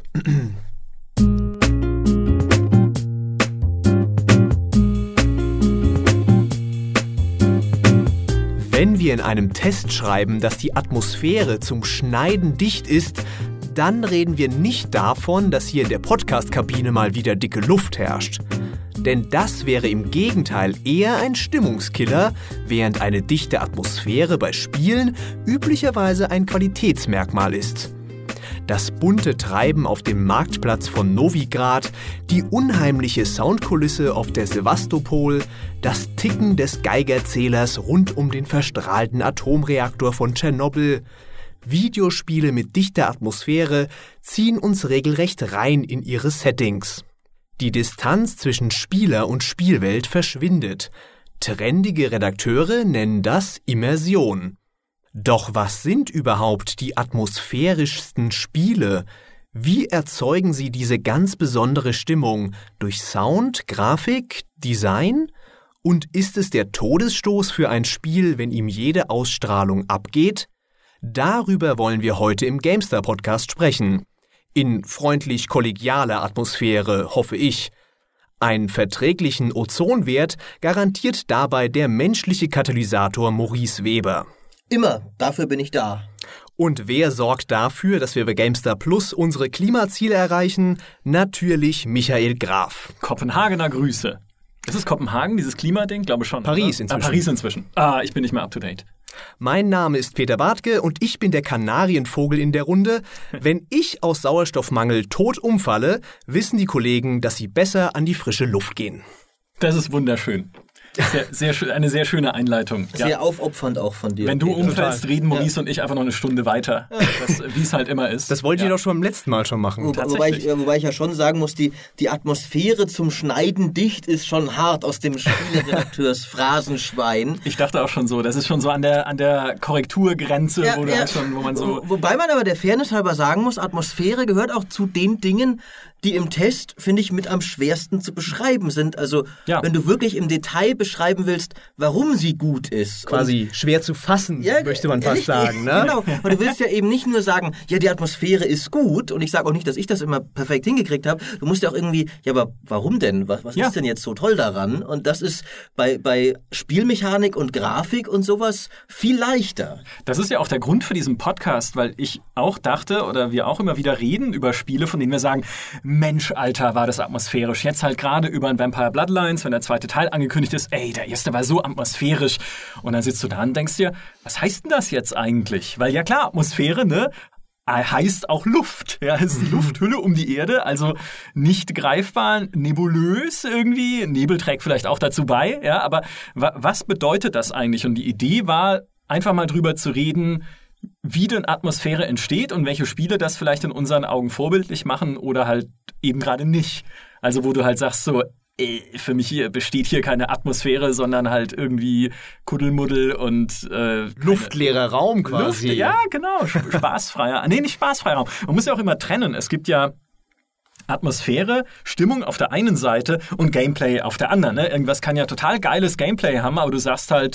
Wenn wir in einem Test schreiben, dass die Atmosphäre zum Schneiden dicht ist, dann reden wir nicht davon, dass hier in der Podcast-Kabine mal wieder dicke Luft herrscht. Denn das wäre im Gegenteil eher ein Stimmungskiller, während eine dichte Atmosphäre bei Spielen üblicherweise ein Qualitätsmerkmal ist. Das bunte Treiben auf dem Marktplatz von Novigrad, die unheimliche Soundkulisse auf der Sevastopol, das Ticken des Geigerzählers rund um den verstrahlten Atomreaktor von Tschernobyl. Videospiele mit dichter Atmosphäre ziehen uns regelrecht rein in ihre Settings. Die Distanz zwischen Spieler und Spielwelt verschwindet. Trendige Redakteure nennen das Immersion. Doch was sind überhaupt die atmosphärischsten Spiele? Wie erzeugen sie diese ganz besondere Stimmung? Durch Sound, Grafik, Design? Und ist es der Todesstoß für ein Spiel, wenn ihm jede Ausstrahlung abgeht? Darüber wollen wir heute im GameStar-Podcast sprechen. In freundlich kollegialer Atmosphäre, hoffe ich. Einen verträglichen Ozonwert garantiert dabei der menschliche Katalysator Maurice Weber. Immer, dafür bin ich da. Und wer sorgt dafür, dass wir bei GameStar Plus unsere Klimaziele erreichen? Natürlich Michael Graf. Kopenhagener Grüße. Ist es Kopenhagen, dieses Klimading? Glaube schon. Paris inzwischen. Paris inzwischen. Ich bin nicht mehr up to date. Mein Name ist Peter Bartke und ich bin der Kanarienvogel in der Runde. Wenn ich aus Sauerstoffmangel tot umfalle, wissen die Kollegen, dass sie besser an die frische Luft gehen. Das ist wunderschön. Eine sehr schöne Einleitung. Sehr aufopfernd auch von dir. Wenn du umfällst, reden Maurice und ich einfach noch eine Stunde weiter. Wie es halt immer ist. Das wollt ihr doch schon beim letzten Mal schon machen. Wobei ich ja schon sagen muss, die Atmosphäre zum Schneiden dicht ist schon hart aus dem Spieleredakteurs Phrasenschwein. Ich dachte auch schon so, das ist schon so an der Korrekturgrenze, wo man so... Wobei man aber der Fairness halber sagen muss, Atmosphäre gehört auch zu den Dingen, die im Test, finde ich, mit am schwersten zu beschreiben sind. Also, wenn du wirklich im Detail beschreiben willst, warum sie gut ist. Quasi schwer zu fassen, möchte man fast sagen. Ne? Genau. Und du willst ja eben nicht nur sagen, ja, die Atmosphäre ist gut. Und ich sage auch nicht, dass ich das immer perfekt hingekriegt habe. Du musst ja auch irgendwie, ja, aber warum denn? Was ist denn jetzt so toll daran? Und das ist bei Spielmechanik und Grafik und sowas viel leichter. Das ist ja auch der Grund für diesen Podcast, weil ich auch dachte, oder wir auch immer wieder reden über Spiele, von denen wir sagen, Mensch, Alter, war das atmosphärisch. Jetzt halt gerade über ein Vampire Bloodlines, wenn der zweite Teil angekündigt ist, ey, der erste war so atmosphärisch. Und dann sitzt du da und denkst dir, was heißt denn das jetzt eigentlich? Weil ja klar, Atmosphäre, ne, heißt auch Luft. Ja, es ist die Lufthülle um die Erde, also nicht greifbar, nebulös irgendwie. Nebel trägt vielleicht auch dazu bei, ja, aber was bedeutet das eigentlich? Und die Idee war, einfach mal drüber zu reden, wie denn Atmosphäre entsteht und welche Spiele das vielleicht in unseren Augen vorbildlich machen oder halt eben gerade nicht. Also wo du halt sagst so, für mich besteht hier keine Atmosphäre, sondern halt irgendwie Kuddelmuddel und luftleerer Raum quasi. Ja, genau. Spaßfreier. Nee, nicht spaßfreier Raum. Man muss ja auch immer trennen. Es gibt ja Atmosphäre, Stimmung auf der einen Seite und Gameplay auf der anderen. Ne? Irgendwas kann ja total geiles Gameplay haben, aber du sagst halt,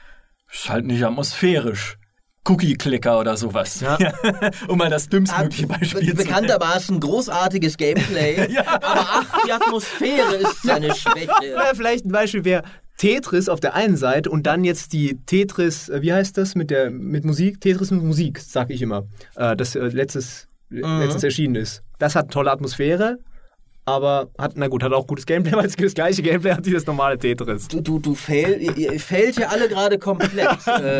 ist halt nicht atmosphärisch. Cookie-Clicker oder sowas. Ja. Um mal das dümmstmögliche Beispiel zu nehmen. Bekanntermaßen großartiges Gameplay, aber ach, die Atmosphäre ist seine Schwäche. Ja, vielleicht ein Beispiel wäre Tetris auf der einen Seite und dann jetzt die Tetris, wie heißt das mit Musik? Tetris mit Musik, sag ich immer. Das letztens erschienen ist. Das hat eine tolle Atmosphäre. Aber hat auch gutes Gameplay, weil es das gleiche Gameplay hat wie das normale Tetris. Ihr fällt ja alle gerade komplett.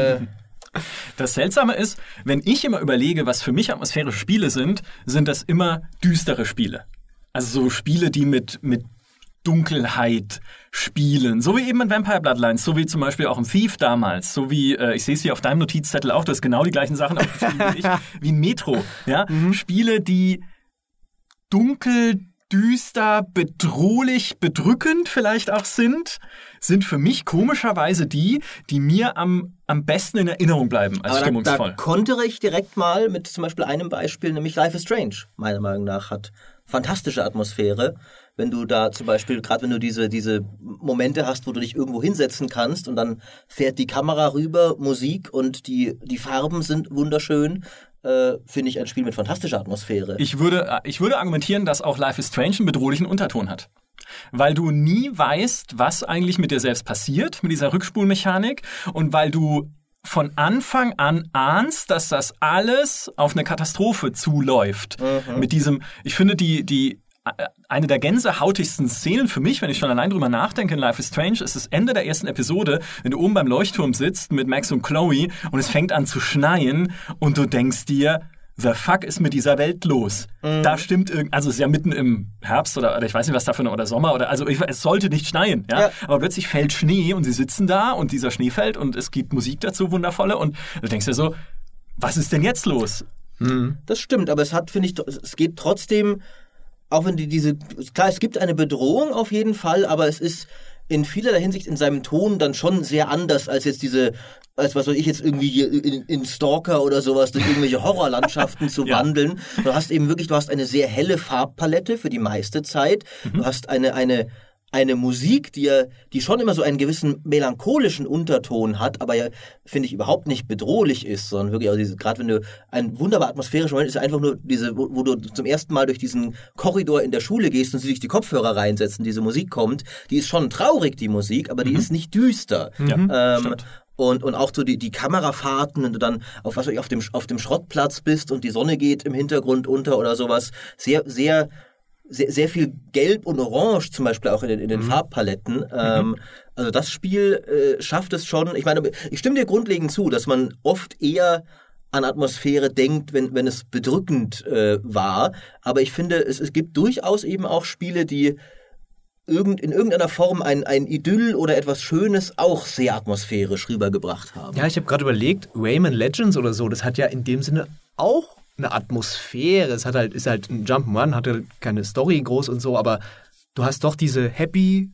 Das Seltsame ist, wenn ich immer überlege, was für mich atmosphärische Spiele sind das immer düstere Spiele. Also so Spiele, die mit Dunkelheit spielen. So wie eben in Vampire Bloodlines, so wie zum Beispiel auch im Thief damals, so wie, ich sehe es hier auf deinem Notizzettel auch, du hast genau die gleichen Sachen aufgeschrieben wie ich, wie ein Metro. Ja? Spiele, die dunkel, düster, bedrohlich, bedrückend vielleicht auch sind für mich komischerweise die mir am besten in Erinnerung bleiben als stimmungsvoll. Da kontere ich direkt mal mit zum Beispiel einem Beispiel, nämlich Life is Strange, meiner Meinung nach, hat fantastische Atmosphäre. Wenn du da zum Beispiel, gerade wenn du diese Momente hast, wo du dich irgendwo hinsetzen kannst und dann fährt die Kamera rüber, Musik und die Farben sind wunderschön. finde ich ein Spiel mit fantastischer Atmosphäre. Ich würde argumentieren, dass auch Life is Strange einen bedrohlichen Unterton hat. Weil du nie weißt, was eigentlich mit dir selbst passiert, mit dieser Rückspulmechanik, und weil du von Anfang an ahnst, dass das alles auf eine Katastrophe zuläuft. Mit diesem, ich finde, eine der gänsehautigsten Szenen für mich, wenn ich schon allein drüber nachdenke in Life is Strange, ist das Ende der ersten Episode, wenn du oben beim Leuchtturm sitzt mit Max und Chloe und es fängt an zu schneien und du denkst dir, the fuck ist mit dieser Welt los? Da stimmt also es ist ja mitten im Herbst oder ich weiß nicht, was da für oder Sommer oder es sollte nicht schneien, ja? Aber plötzlich fällt Schnee und sie sitzen da und dieser Schnee fällt und es gibt Musik dazu, wundervolle, und du denkst dir so, was ist denn jetzt los? Das stimmt, aber es hat, finde ich, es geht trotzdem, auch wenn klar, es gibt eine Bedrohung auf jeden Fall, aber es ist in vielerlei Hinsicht in seinem Ton dann schon sehr anders als jetzt als was soll ich jetzt irgendwie hier in Stalker oder sowas durch irgendwelche Horrorlandschaften zu wandeln. Du hast eine sehr helle Farbpalette für die meiste Zeit. Du hast eine Musik, die schon immer so einen gewissen melancholischen Unterton hat, aber ja, finde ich, überhaupt nicht bedrohlich ist, sondern wirklich auch gerade wenn du ein wunderbar atmosphärischer Moment ist, einfach nur wo du zum ersten Mal durch diesen Korridor in der Schule gehst und sie sich die Kopfhörer reinsetzen, diese Musik kommt, die ist schon traurig, die Musik, aber die ist nicht düster. Und auch so die Kamerafahrten, wenn du dann auf dem Schrottplatz bist und die Sonne geht im Hintergrund unter oder sowas, sehr, sehr sehr viel Gelb und Orange zum Beispiel auch in den Farbpaletten. Also das Spiel schafft es schon. Ich meine, ich stimme dir grundlegend zu, dass man oft eher an Atmosphäre denkt, wenn es bedrückend war. Aber ich finde, es gibt durchaus eben auch Spiele, die in irgendeiner Form ein Idyll oder etwas Schönes auch sehr atmosphärisch rübergebracht haben. Ja, ich habe gerade überlegt, Rayman Legends oder so, das hat ja in dem Sinne auch eine Atmosphäre. Es ist halt ein Jump'n'Run, hat halt keine Story groß und so, aber du hast doch diese Happy,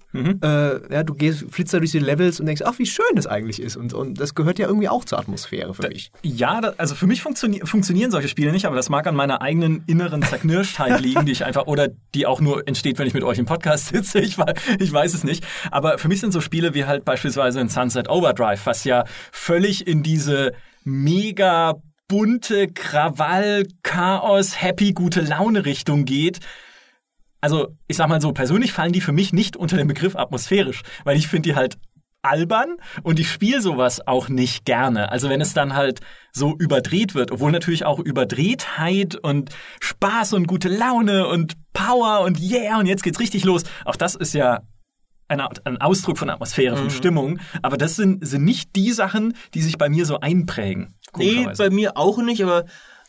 du flitzt da durch die Levels und denkst, ach, wie schön das eigentlich ist. Und das gehört ja irgendwie auch zur Atmosphäre für mich. Ja, also für mich funktionieren solche Spiele nicht, aber das mag an meiner eigenen inneren Zerknirschtheit liegen, die auch nur entsteht, wenn ich mit euch im Podcast sitze. Ich weiß es nicht. Aber für mich sind so Spiele wie halt beispielsweise in Sunset Overdrive, was ja völlig in diese mega bunte Krawall, Chaos, Happy, gute Laune-Richtung geht. Also, ich sag mal so, persönlich fallen die für mich nicht unter den Begriff atmosphärisch, weil ich finde die halt albern und ich spiele sowas auch nicht gerne. Also wenn es dann halt so überdreht wird, obwohl natürlich auch Überdrehtheit und Spaß und gute Laune und Power und yeah und jetzt geht's richtig los. Auch das ist ja ein Ausdruck von Atmosphäre, von Stimmung. Aber das sind nicht die Sachen, die sich bei mir so einprägen. Nee, bei mir auch nicht, aber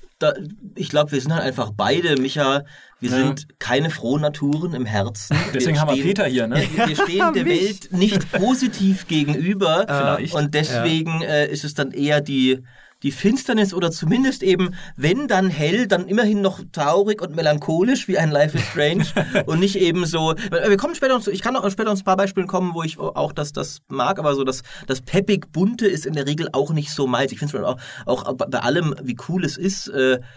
ich glaube, wir sind halt einfach beide, Micha, wir sind keine Frohnaturen im Herzen. Deswegen haben wir Peter hier, ne? Wir stehen der Welt nicht positiv gegenüber. Vielleicht. Und deswegen ist es dann eher die Finsternis oder zumindest eben, wenn dann hell, dann immerhin noch traurig und melancholisch wie ein Life is Strange und nicht eben so, wir kommen später noch zu, ich kann auch später noch ein paar Beispielen kommen, wo ich auch das mag, aber so das peppig Bunte ist in der Regel auch nicht so meins. Ich finde es auch bei allem, wie cool es ist,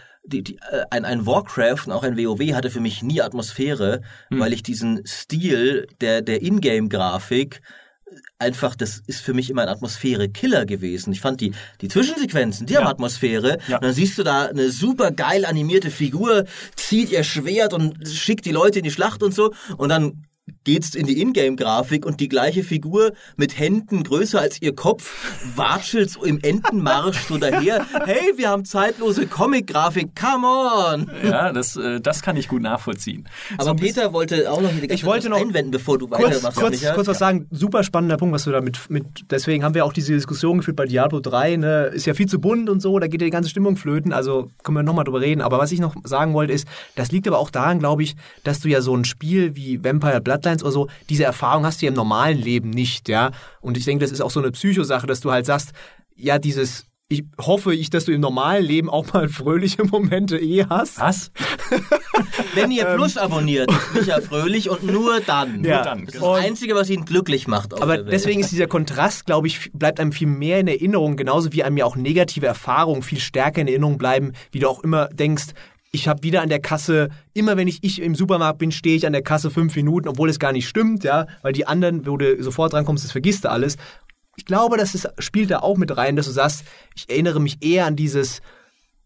ein Warcraft und auch ein WoW hatte für mich nie Atmosphäre, weil ich diesen Stil der Ingame-Grafik einfach, das ist für mich immer ein Atmosphäre-Killer gewesen. Ich fand die Zwischensequenzen, die haben Atmosphäre. Ja. Und dann siehst du da eine super geil animierte Figur, zieht ihr Schwert und schickt die Leute in die Schlacht und so. Und dann geht's in die Ingame-Grafik und die gleiche Figur mit Händen größer als ihr Kopf watschelt so im Entenmarsch so daher. Hey, wir haben zeitlose Comic-Grafik, come on! Ja, das kann ich gut nachvollziehen. Aber so Peter wollte auch noch einwenden, bevor du weitermachst. Kurz was sagen, super spannender Punkt, was du da mit deswegen haben wir auch diese Diskussion geführt bei Diablo 3, ne? Ist ja viel zu bunt und so, da geht ja die ganze Stimmung flöten, also können wir nochmal drüber reden. Aber was ich noch sagen wollte ist, das liegt aber auch daran, glaube ich, dass du ja so ein Spiel wie Vampire Bloodlines oder so, diese Erfahrung hast du ja im normalen Leben nicht, ja. Und ich denke, das ist auch so eine Psychosache, dass du halt sagst, ja, ich hoffe, dass du im normalen Leben auch mal fröhliche Momente hast. Was? Wenn ihr Plus abonniert, ist Micha fröhlich und nur dann. Ja. Nur dann. Das ist das Einzige, was ihn glücklich macht. Aber deswegen ist dieser Kontrast, glaube ich, bleibt einem viel mehr in Erinnerung, genauso wie einem ja auch negative Erfahrungen viel stärker in Erinnerung bleiben, wie du auch immer denkst, ich habe wieder an der Kasse, immer wenn ich im Supermarkt bin, stehe ich an der Kasse 5 Minuten, obwohl es gar nicht stimmt, ja, weil die anderen, wo du sofort drankommst, das vergisst du alles. Ich glaube, spielt da auch mit rein, dass du sagst, ich erinnere mich eher an dieses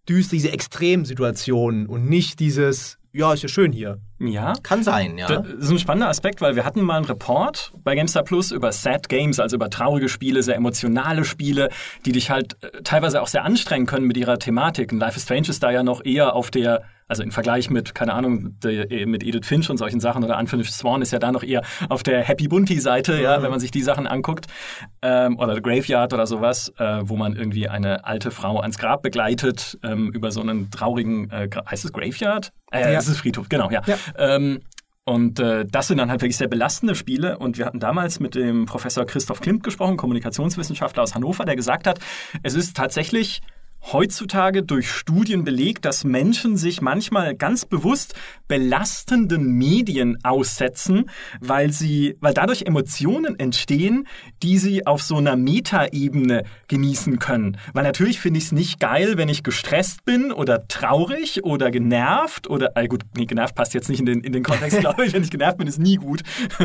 düster, diese Extremsituationen und nicht dieses, ja, ist ja schön hier. Ja. Kann sein, ja. Das ist ein spannender Aspekt, weil wir hatten mal einen Report bei GameStar Plus über Sad Games, also über traurige Spiele, sehr emotionale Spiele, die dich halt teilweise auch sehr anstrengen können mit ihrer Thematik. Und Life is Strange ist da ja noch eher auf der, also im Vergleich mit, keine Ahnung, mit Edith Finch und solchen Sachen oder Unfinished Swan ist ja da noch eher auf der Happy Bunty-Seite, ja, wenn man sich die Sachen anguckt. Oder The Graveyard oder sowas, wo man irgendwie eine alte Frau ans Grab begleitet, über so einen traurigen, heißt es Graveyard? Ja, das ist Friedhof, genau, ja. Und das sind dann halt wirklich sehr belastende Spiele. Und wir hatten damals mit dem Professor Christoph Klimt gesprochen, Kommunikationswissenschaftler aus Hannover, der gesagt hat, es ist tatsächlich heutzutage durch Studien belegt, dass Menschen sich manchmal ganz bewusst belastenden Medien aussetzen, weil dadurch Emotionen entstehen, die sie auf so einer Metaebene genießen können. Weil natürlich finde ich es nicht geil, wenn ich gestresst bin oder traurig oder genervt oder, gut, nee, genervt passt jetzt nicht in den Kontext, glaube ich, wenn ich genervt bin, ist nie gut.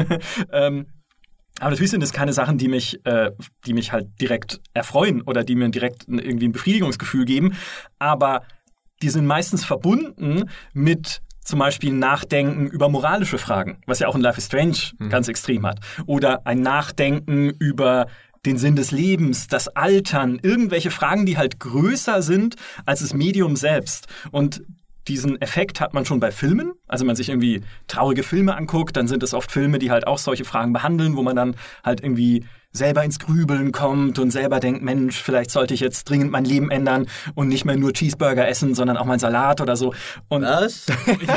Aber natürlich sind es keine Sachen, die mich halt direkt erfreuen oder die mir direkt irgendwie ein Befriedigungsgefühl geben. Aber die sind meistens verbunden mit zum Beispiel Nachdenken über moralische Fragen, was ja auch in Life is Strange ganz extrem hat. Oder ein Nachdenken über den Sinn des Lebens, das Altern, irgendwelche Fragen, die halt größer sind als das Medium selbst. Und diesen Effekt hat man schon bei Filmen. Also wenn man sich irgendwie traurige Filme anguckt, dann sind es oft Filme, die halt auch solche Fragen behandeln, wo man dann halt irgendwie selber ins Grübeln kommt und selber denkt, Mensch, vielleicht sollte ich jetzt dringend mein Leben ändern und nicht mehr nur Cheeseburger essen, sondern auch mal einen Salat oder so. Und was?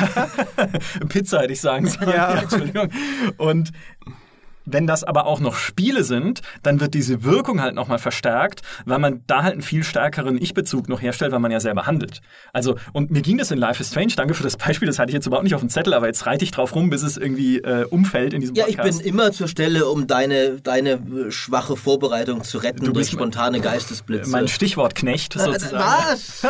Pizza hätte ich sagen sollen. Ja. Entschuldigung. Und wenn das aber auch noch Spiele sind, dann wird diese Wirkung halt nochmal verstärkt, weil man da halt einen viel stärkeren Ich-Bezug noch herstellt, weil man ja selber handelt. Also, und mir ging das in Life is Strange, danke für das Beispiel, das hatte ich jetzt überhaupt nicht auf dem Zettel, aber jetzt reite ich drauf rum, bis es irgendwie umfällt in diesem Podcast. Ja, ich bin immer zur Stelle, um deine schwache Vorbereitung zu retten durch spontane Geistesblitze. Mein Stichwortknecht sozusagen. Was?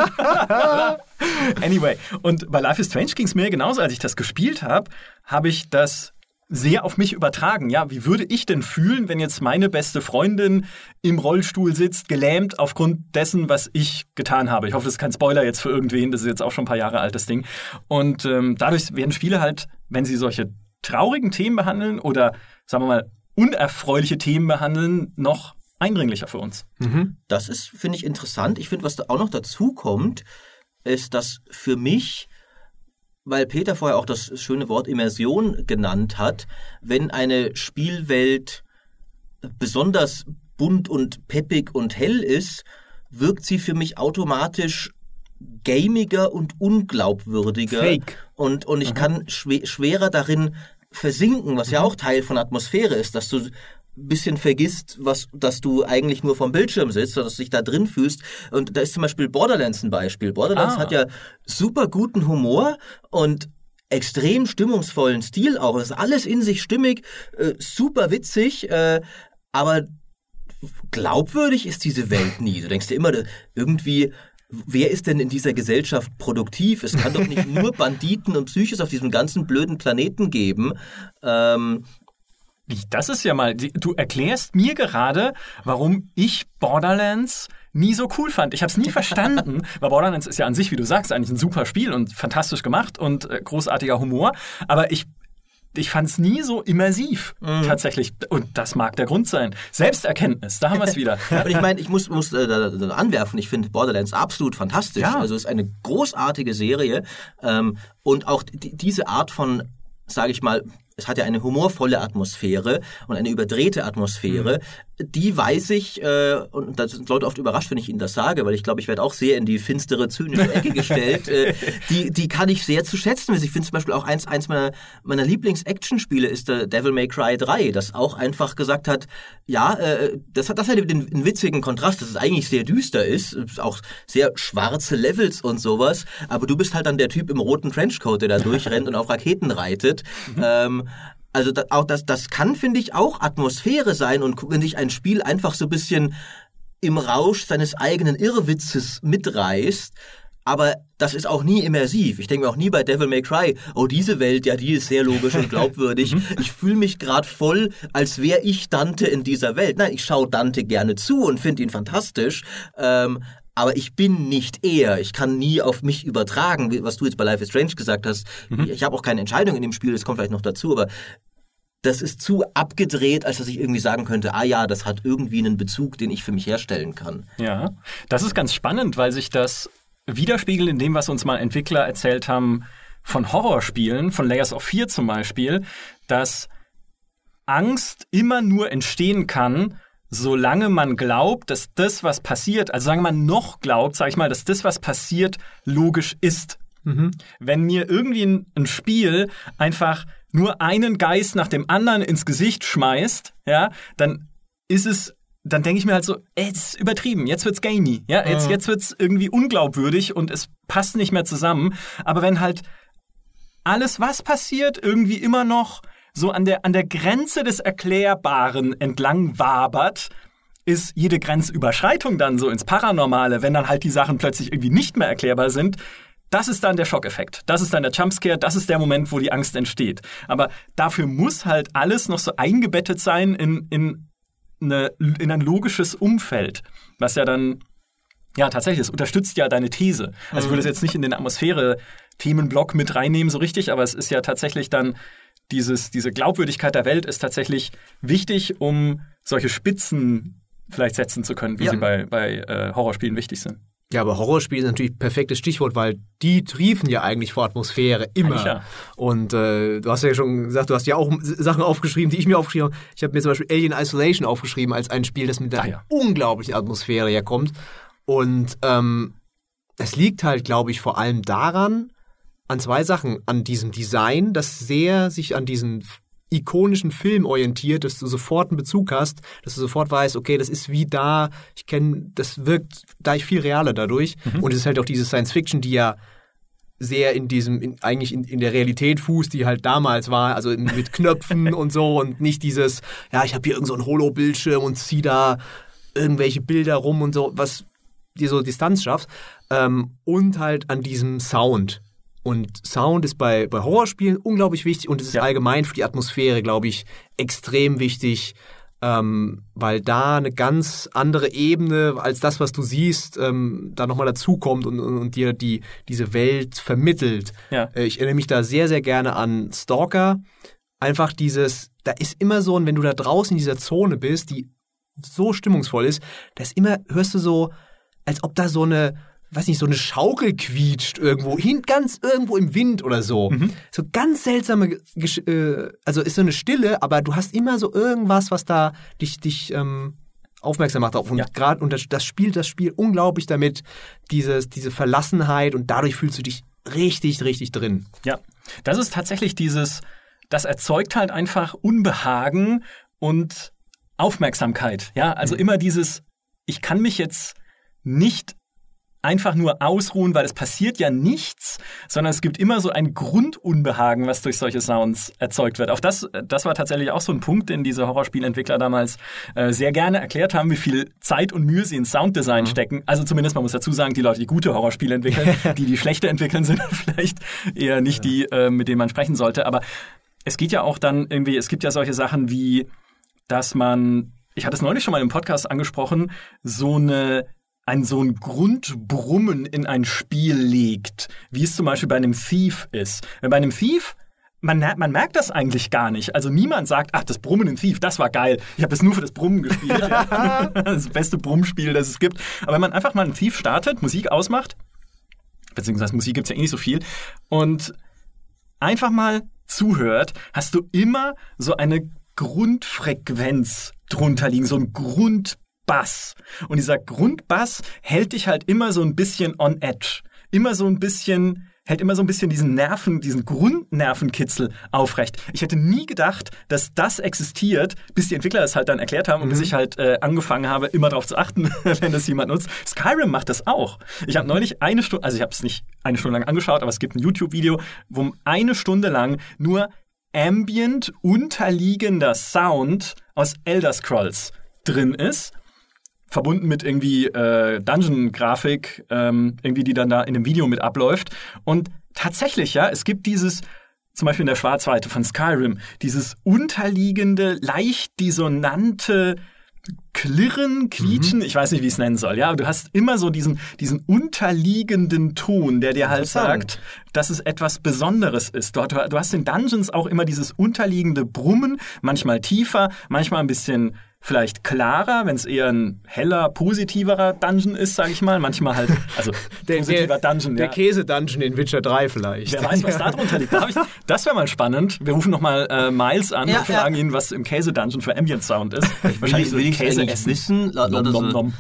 Anyway, und bei Life is Strange ging es mir genauso, als ich das gespielt habe ich das sehr auf mich übertragen. Ja, wie würde ich denn fühlen, wenn jetzt meine beste Freundin im Rollstuhl sitzt, gelähmt aufgrund dessen, was ich getan habe? Ich hoffe, das ist kein Spoiler jetzt für irgendwen, das ist jetzt auch schon ein paar Jahre alt, das Ding. Und dadurch werden Spiele halt, wenn sie solche traurigen Themen behandeln oder, sagen wir mal, unerfreuliche Themen behandeln, noch eindringlicher für uns. Das ist, finde ich, interessant. Ich finde, was da auch noch dazu kommt, ist, dass für mich, weil Peter vorher auch das schöne Wort Immersion genannt hat, wenn eine Spielwelt besonders bunt und peppig und hell ist, wirkt sie für mich automatisch gamiger und unglaubwürdiger. Fake. Und ich kann schwerer darin versinken, was ja auch Teil von Atmosphäre ist, dass du ein bisschen vergisst, dass du eigentlich nur vom Bildschirm sitzt, sondern dass du dich da drin fühlst. Und da ist zum Beispiel Borderlands ein Beispiel. Borderlands hat ja super guten Humor und extrem stimmungsvollen Stil auch. Das ist alles in sich stimmig, super witzig, aber glaubwürdig ist diese Welt nie. Du denkst dir immer irgendwie, wer ist denn in dieser Gesellschaft produktiv? Es kann doch nicht nur Banditen und Psychos auf diesem ganzen blöden Planeten geben. Das ist ja mal, du erklärst mir gerade, warum ich Borderlands nie so cool fand. Ich habe es nie verstanden, weil Borderlands ist ja an sich, wie du sagst, eigentlich ein super Spiel und fantastisch gemacht und großartiger Humor, aber ich fand es nie so immersiv, tatsächlich. Und das mag der Grund sein. Selbsterkenntnis, da haben wir es wieder. Aber ich meine, ich muss da anwerfen, ich finde Borderlands absolut fantastisch. Ja. Also es ist eine großartige Serie und auch diese Art von, sage ich mal, es hat ja eine humorvolle Atmosphäre und eine überdrehte Atmosphäre. Die weiß ich, und das sind Leute oft überrascht, wenn ich ihnen das sage, weil ich glaube, ich werde auch sehr in die finstere, zynische Ecke gestellt. Die kann ich sehr zu schätzen wissen. Ich finde zum Beispiel auch eins meiner Lieblings-Action-Spiele ist Devil May Cry 3, das auch einfach gesagt hat, ja, das hat einen witzigen Kontrast, dass es eigentlich sehr düster ist, auch sehr schwarze Levels und sowas, aber du bist halt dann der Typ im roten Trenchcoat, der da durchrennt und auf Raketen reitet. Also das kann, finde ich, auch Atmosphäre sein und wenn sich ein Spiel einfach so ein bisschen im Rausch seines eigenen Irrwitzes mitreißt, aber das ist auch nie immersiv. Ich denke mir auch nie bei Devil May Cry, oh, diese Welt, ja, die ist sehr logisch und glaubwürdig. Ich fühle mich gerade voll, als wäre ich Dante in dieser Welt. Nein, ich schaue Dante gerne zu und finde ihn fantastisch, aber ich bin nicht er. Ich kann nie auf mich übertragen, was du jetzt bei Life is Strange gesagt hast. Ich habe auch keine Entscheidung in dem Spiel, das kommt vielleicht noch dazu, aber das ist zu abgedreht, als dass ich irgendwie sagen könnte, das hat irgendwie einen Bezug, den ich für mich herstellen kann. Ja, das ist ganz spannend, weil sich das widerspiegelt in dem, was uns mal Entwickler erzählt haben von Horrorspielen, von Layers of Fear zum Beispiel, dass Angst immer nur entstehen kann, solange man glaubt, dass das, was passiert, also solange man noch glaubt, sag ich mal, dass das, was passiert, logisch ist. Wenn mir irgendwie ein Spiel einfach nur einen Geist nach dem anderen ins Gesicht schmeißt, ja, dann denke ich mir halt so, das ist übertrieben, jetzt wird's gamey, ja, jetzt wird's irgendwie unglaubwürdig und es passt nicht mehr zusammen. Aber wenn halt alles, was passiert, irgendwie immer noch so an der Grenze des Erklärbaren entlang wabert, ist jede Grenzüberschreitung dann so ins Paranormale, wenn dann halt die Sachen plötzlich irgendwie nicht mehr erklärbar sind. Das ist dann der Schockeffekt. Das ist dann der Jumpscare. Das ist der Moment, wo die Angst entsteht. Aber dafür muss halt alles noch so eingebettet sein in ein logisches Umfeld. Was ja dann, ja tatsächlich, das unterstützt ja deine These. Also ich würde es jetzt nicht in den Atmosphäre-Themenblock mit reinnehmen so richtig, aber es ist ja tatsächlich dann, diese Glaubwürdigkeit der Welt ist tatsächlich wichtig, um solche Spitzen vielleicht setzen zu können, wie sie bei Horrorspielen wichtig sind. Ja, aber Horrorspiel ist natürlich ein perfektes Stichwort, weil die triefen ja eigentlich vor Atmosphäre, immer. Ja. Und du hast ja schon gesagt, du hast ja auch Sachen aufgeschrieben, die ich mir aufgeschrieben habe. Ich habe mir zum Beispiel Alien Isolation aufgeschrieben als ein Spiel, das mit einer unglaublichen Atmosphäre herkommt. Und es liegt halt, glaube ich, vor allem daran, an zwei Sachen. An diesem Design, das sehr sich an diesen ikonischen Film orientiert, dass du sofort einen Bezug hast, dass du sofort weißt, okay, das ist wie da, das wirkt gleich viel realer dadurch. Und es ist halt auch diese Science-Fiction, die ja sehr in der Realität fußt, die halt damals war, also mit Knöpfen und so und nicht dieses, ich habe hier irgend so einen Holo-Bildschirm und zieh da irgendwelche Bilder rum und so, was dir so Distanz schafft. Und halt an diesem Sound. Und Sound ist bei Horrorspielen unglaublich wichtig und es ist allgemein für die Atmosphäre, glaube ich, extrem wichtig, weil da eine ganz andere Ebene als das, was du siehst, da nochmal dazukommt und dir diese Welt vermittelt. Ja. Ich erinnere mich da sehr, sehr gerne an Stalker. Einfach da ist immer so, und wenn du da draußen in dieser Zone bist, die so stimmungsvoll ist, hörst du so, als ob da so eine Schaukel quietscht irgendwo, ganz irgendwo im Wind oder so. So ganz seltsame, also ist so eine Stille, aber du hast immer so irgendwas, was da dich aufmerksam macht. Und das spielt das Spiel unglaublich damit, diese Verlassenheit, und dadurch fühlst du dich richtig, richtig drin. Ja, das ist tatsächlich das erzeugt halt einfach Unbehagen und Aufmerksamkeit. Ja, also immer ich kann mich jetzt nicht einfach nur ausruhen, weil es passiert ja nichts, sondern es gibt immer so ein Grundunbehagen, was durch solche Sounds erzeugt wird. Auch das war tatsächlich auch so ein Punkt, den diese Horrorspielentwickler damals sehr gerne erklärt haben, wie viel Zeit und Mühe sie in Sounddesign stecken. Also zumindest, man muss dazu sagen, die Leute, die gute Horrorspiele entwickeln, die schlechte entwickeln, sind vielleicht eher nicht die, mit denen man sprechen sollte. Aber es geht ja auch dann irgendwie, es gibt ja solche Sachen wie, dass man, ich hatte es neulich schon mal im Podcast angesprochen, so ein Grundbrummen in ein Spiel legt, wie es zum Beispiel bei einem Thief ist. Bei einem Thief, man merkt das eigentlich gar nicht. Also niemand sagt, das Brummen in Thief, das war geil. Ich habe das nur für das Brummen gespielt. Das beste Brummspiel, das es gibt. Aber wenn man einfach mal einen Thief startet, Musik ausmacht, beziehungsweise Musik gibt es ja eh nicht so viel, und einfach mal zuhört, hast du immer so eine Grundfrequenz drunter liegen, so ein Grundbass. Und dieser Grundbass hält dich halt immer so ein bisschen on edge. Hält immer so ein bisschen diesen Grundnervenkitzel aufrecht. Ich hätte nie gedacht, dass das existiert, bis die Entwickler das halt dann erklärt haben und bis ich halt angefangen habe, immer darauf zu achten, wenn das jemand nutzt. Skyrim macht das auch. Ich habe neulich eine Stunde, also ich habe es nicht eine Stunde lang angeschaut, aber es gibt ein YouTube-Video, wo eine Stunde lang nur ambient unterliegender Sound aus Elder Scrolls drin ist. Verbunden mit irgendwie Dungeon-Grafik, irgendwie, die dann da in dem Video mit abläuft. Und tatsächlich, es gibt zum Beispiel in der Schwarzweite von Skyrim, dieses unterliegende, leicht dissonante Klirren, Quietschen, ich weiß nicht, wie ich es nennen soll, ja, aber du hast immer so diesen unterliegenden Ton, der dir halt sagt, dass es etwas Besonderes ist. Du hast in Dungeons auch immer dieses unterliegende Brummen, manchmal tiefer, manchmal ein bisschen vielleicht klarer, wenn es eher ein heller, positiverer Dungeon ist, sage ich mal. Manchmal halt, also positiver Dungeon. Der Käse-Dungeon in Witcher 3 vielleicht. Wer weiß, was da drunter liegt. Das wäre mal spannend. Wir rufen nochmal Miles an und fragen ihn, was im Käse-Dungeon für Ambient-Sound ist. Wahrscheinlich will ich Käse wissen. Also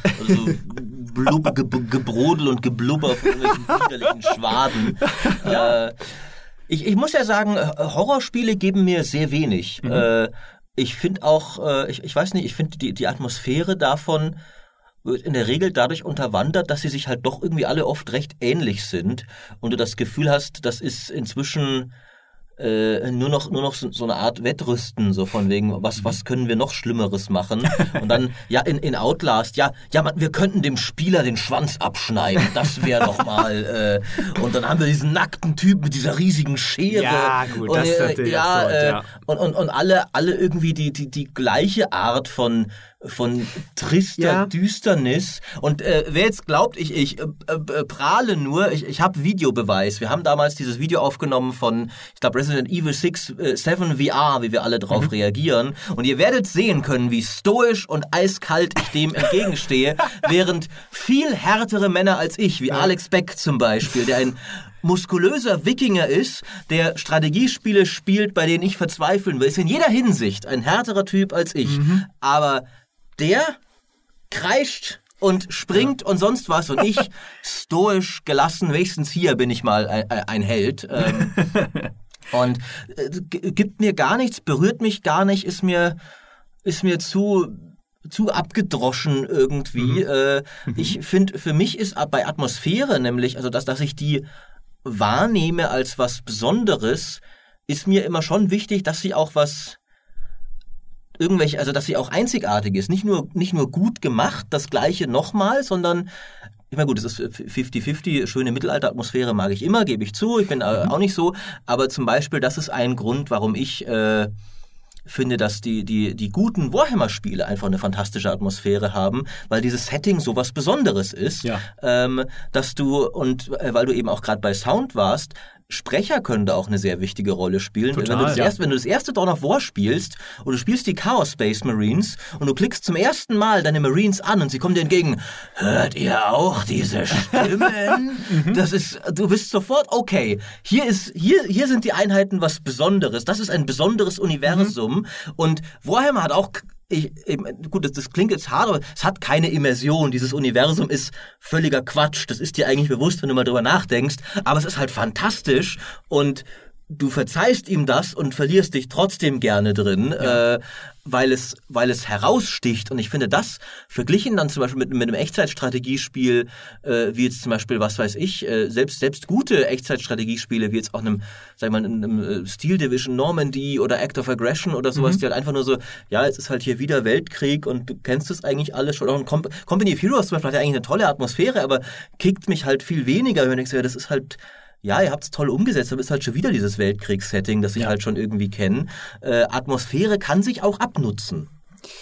Gebrodel und Geblubber von irgendwelchen widerlichen Schwaden. Ja. Ich muss ja sagen, Horrorspiele geben mir sehr wenig. Ich finde auch, ich weiß nicht, ich finde die Atmosphäre davon wird in der Regel dadurch unterwandert, dass sie sich halt doch irgendwie alle oft recht ähnlich sind und du das Gefühl hast, das ist inzwischen nur noch so eine Art Wettrüsten, so von wegen, was können wir noch Schlimmeres machen? Und dann, ja, in Outlast, wir könnten dem Spieler den Schwanz abschneiden, das wäre doch mal, und dann haben wir diesen nackten Typ mit dieser riesigen Schere. Ja, gut, das ist natürlich und alle irgendwie die gleiche Art von trister Düsternis. Und wer jetzt glaubt, ich prahle nur, ich habe Videobeweis. Wir haben damals dieses Video aufgenommen von, ich glaube, Resident Evil 7 VR, wie wir alle drauf reagieren. Und ihr werdet sehen können, wie stoisch und eiskalt ich dem entgegenstehe, während viel härtere Männer als ich, wie Alex Beck zum Beispiel, der ein muskulöser Wikinger ist, der Strategiespiele spielt, bei denen ich verzweifeln will, ist in jeder Hinsicht ein härterer Typ als ich. Aber der kreischt und springt und sonst was und ich stoisch gelassen, wenigstens hier bin ich mal ein Held. Und gibt mir gar nichts, berührt mich gar nicht, ist mir zu abgedroschen irgendwie. Ich finde, für mich ist bei Atmosphäre nämlich, also dass ich die wahrnehme als was Besonderes, ist mir immer schon wichtig, dass sie auch also dass sie auch einzigartig ist. Nicht nur gut gemacht, das Gleiche nochmal, sondern, ich meine, gut, es ist 50-50, schöne Mittelalteratmosphäre mag ich immer, gebe ich zu, ich bin auch nicht so, aber zum Beispiel, das ist ein Grund, warum ich finde, dass die guten Warhammer-Spiele einfach eine fantastische Atmosphäre haben, weil dieses Setting so was Besonderes ist, dass weil du eben auch gerade bei Sound warst, Sprecher können da auch eine sehr wichtige Rolle spielen. Total, wenn du das erste Dawn of War spielst und du spielst die Chaos Space Marines und du klickst zum ersten Mal deine Marines an und sie kommen dir entgegen, hört ihr auch diese Stimmen? Du bist sofort, okay, hier sind die Einheiten was Besonderes, das ist ein besonderes Universum und Warhammer hat auch das klingt jetzt hart, aber es hat keine Immersion. Dieses Universum ist völliger Quatsch. Das ist dir eigentlich bewusst, wenn du mal drüber nachdenkst. Aber es ist halt fantastisch und du verzeihst ihm das und verlierst dich trotzdem gerne drin, weil es heraussticht. Und ich finde das, verglichen dann zum Beispiel mit einem Echtzeitstrategiespiel, wie jetzt zum Beispiel, was weiß ich, selbst gute Echtzeitstrategiespiele, wie jetzt auch einem Steel Division Normandy oder Act of Aggression oder sowas, die halt einfach nur so, ja, jetzt ist halt hier wieder Weltkrieg und du kennst das eigentlich alles schon. Auch ein Company of Heroes zum Beispiel hat ja eigentlich eine tolle Atmosphäre, aber kickt mich halt viel weniger, wenn ich sage, das ist halt, ja, ihr habt es toll umgesetzt, aber es ist halt schon wieder dieses Weltkriegssetting, das ich halt schon irgendwie kenne. Atmosphäre kann sich auch abnutzen.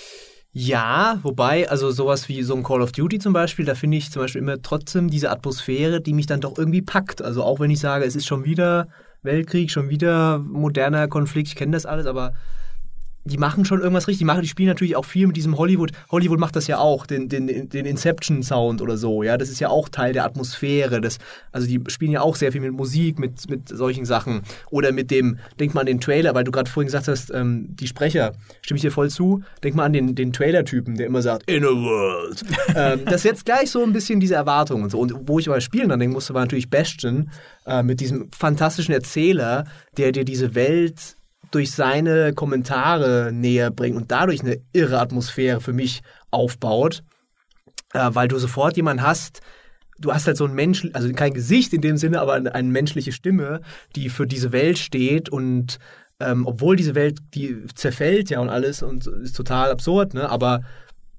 Ja, wobei, also sowas wie so ein Call of Duty zum Beispiel, da finde ich zum Beispiel immer trotzdem diese Atmosphäre, die mich dann doch irgendwie packt. Also auch wenn ich sage, es ist schon wieder Weltkrieg, schon wieder moderner Konflikt, ich kenne das alles, aber die machen schon irgendwas richtig. Die spielen natürlich auch viel mit diesem Hollywood. Hollywood macht das ja auch, den Inception-Sound oder so. Ja, das ist ja auch Teil der Atmosphäre. Also die spielen ja auch sehr viel mit Musik, mit solchen Sachen. Oder mit dem, denk mal an den Trailer, weil du gerade vorhin gesagt hast, die Sprecher, stimme ich dir voll zu. Denk mal an den Trailer-Typen, der immer sagt, in a world. Das setzt gleich so ein bisschen diese Erwartung und so. Und wo ich aber spielen dann denken musste, war natürlich Bastion mit diesem fantastischen Erzähler, der dir diese Welt durch seine Kommentare näher bringt und dadurch eine irre Atmosphäre für mich aufbaut, weil du sofort jemanden hast, du hast halt so ein Mensch, also kein Gesicht in dem Sinne, aber eine menschliche Stimme, die für diese Welt steht und obwohl diese Welt, die zerfällt ja und alles und ist total absurd, ne, aber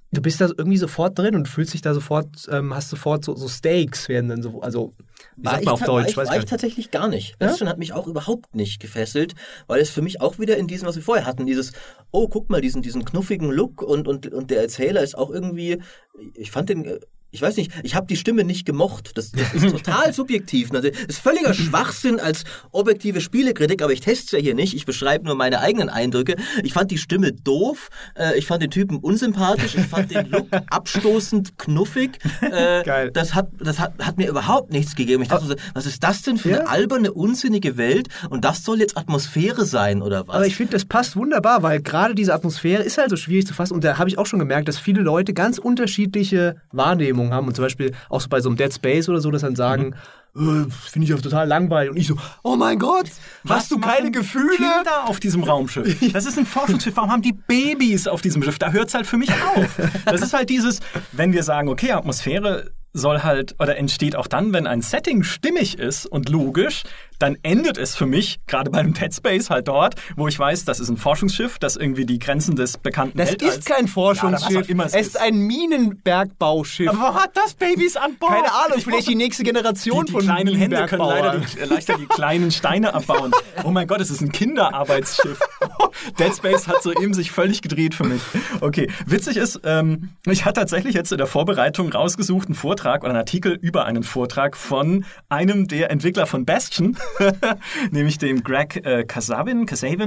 du bist da irgendwie sofort drin und fühlst dich da sofort, hast sofort so Stakes werden dann so, also wie sagt man auf Deutsch? War ich tatsächlich gar nicht. Ja? Bastion hat mich auch überhaupt nicht gefesselt, weil es für mich auch wieder in diesem, was wir vorher hatten, dieses, oh, guck mal, diesen knuffigen Look und der Erzähler ist auch irgendwie, ich fand den... Ich weiß nicht, ich habe die Stimme nicht gemocht. Das ist total subjektiv. Das ist völliger Schwachsinn als objektive Spielekritik, aber ich teste es ja hier nicht. Ich beschreibe nur meine eigenen Eindrücke. Ich fand die Stimme doof, ich fand den Typen unsympathisch, ich fand den Look abstoßend knuffig. Geil. Das hat mir überhaupt nichts gegeben. Ich dachte so, was ist das denn für eine alberne, unsinnige Welt? Und das soll jetzt Atmosphäre sein, oder was? Aber ich finde, das passt wunderbar, weil gerade diese Atmosphäre ist halt so schwierig zu fassen. Und da habe ich auch schon gemerkt, dass viele Leute ganz unterschiedliche Wahrnehmungen haben und zum Beispiel auch so bei so einem Dead Space oder so, dass dann sagen, finde ich auch total langweilig und ich so, oh mein Gott, hast du keine Gefühle? Kinder auf diesem Raumschiff. Das ist ein Forschungsschiff, warum haben die Babys auf diesem Schiff? Da hört es halt für mich auf. Das ist halt dieses, wenn wir sagen, okay, Atmosphäre soll halt, oder entsteht auch dann, wenn ein Setting stimmig ist und logisch, dann endet es für mich, gerade bei einem Dead Space halt dort, wo ich weiß, das ist ein Forschungsschiff, das irgendwie die Grenzen des bekannten Weltalls... Das ist kein Forschungsschiff, es ist ein Minenbergbauschiff. Aber wo hat das Babys an Bord? Keine Ahnung, vielleicht die nächste Generation von kleinen Hände können Minenbergbauern. leichter die kleinen Steine abbauen. Oh mein Gott, es ist ein Kinderarbeitsschiff. Dead Space hat soeben sich völlig gedreht für mich. Okay, witzig ist, ich hatte tatsächlich jetzt in der Vorbereitung rausgesucht, einen Vortrag oder einen Artikel über einen Vortrag von einem der Entwickler von Bastion, nämlich dem Greg Kasavin,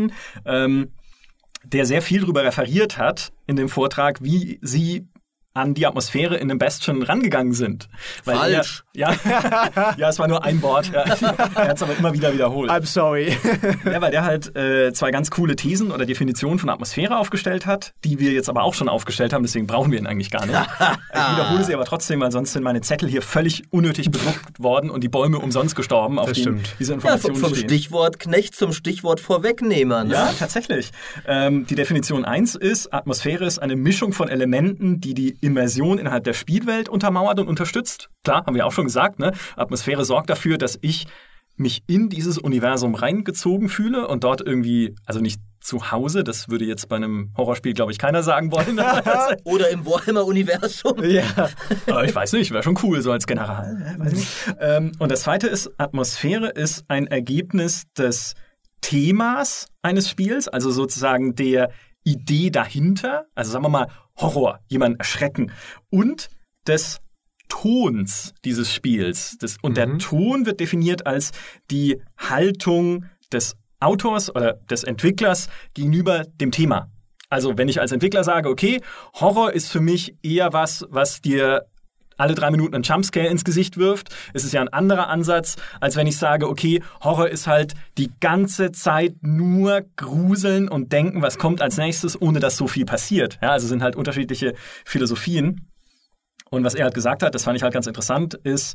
der sehr viel darüber referiert hat in dem Vortrag, wie sie an die Atmosphäre in dem Bastion rangegangen sind. Weil falsch. Ja, es war nur ein Wort. Ja. Er hat es aber immer wieder wiederholt. I'm sorry. Ja, weil der halt zwei ganz coole Thesen oder Definitionen von Atmosphäre aufgestellt hat, die wir jetzt aber auch schon aufgestellt haben, deswegen brauchen wir ihn eigentlich gar nicht. Ich wiederhole sie aber trotzdem, weil sonst sind meine Zettel hier völlig unnötig bedruckt worden und die Bäume umsonst gestorben, auf die diese Informationen vom stehen. Stichwort Knecht zum Stichwort Vorwegnehmer. Ne? Ja, tatsächlich. Die Definition 1 ist, Atmosphäre ist eine Mischung von Elementen, die Immersion innerhalb der Spielwelt untermauert und unterstützt. Klar, haben wir auch schon gesagt, ne? Atmosphäre sorgt dafür, dass ich mich in dieses Universum reingezogen fühle und dort irgendwie, also nicht zu Hause, das würde jetzt bei einem Horrorspiel, glaube ich, keiner sagen wollen. Oder im Warhammer-Universum. Ja. Aber ich weiß nicht, wäre schon cool, so als General. Weiß nicht. Und das Zweite ist, Atmosphäre ist ein Ergebnis des Themas eines Spiels, also sozusagen der Idee dahinter, also sagen wir mal Horror, jemanden erschrecken und des Tons dieses Spiels. Und der Ton wird definiert als die Haltung des Autors oder des Entwicklers gegenüber dem Thema. Also wenn ich als Entwickler sage, okay, Horror ist für mich eher was dir alle 3 Minuten einen Jumpscare ins Gesicht wirft, ist es ja ein anderer Ansatz, als wenn ich sage, okay, Horror ist halt die ganze Zeit nur gruseln und denken, was kommt als nächstes, ohne dass so viel passiert. Ja, also sind halt unterschiedliche Philosophien. Und was er halt gesagt hat, das fand ich halt ganz interessant, ist,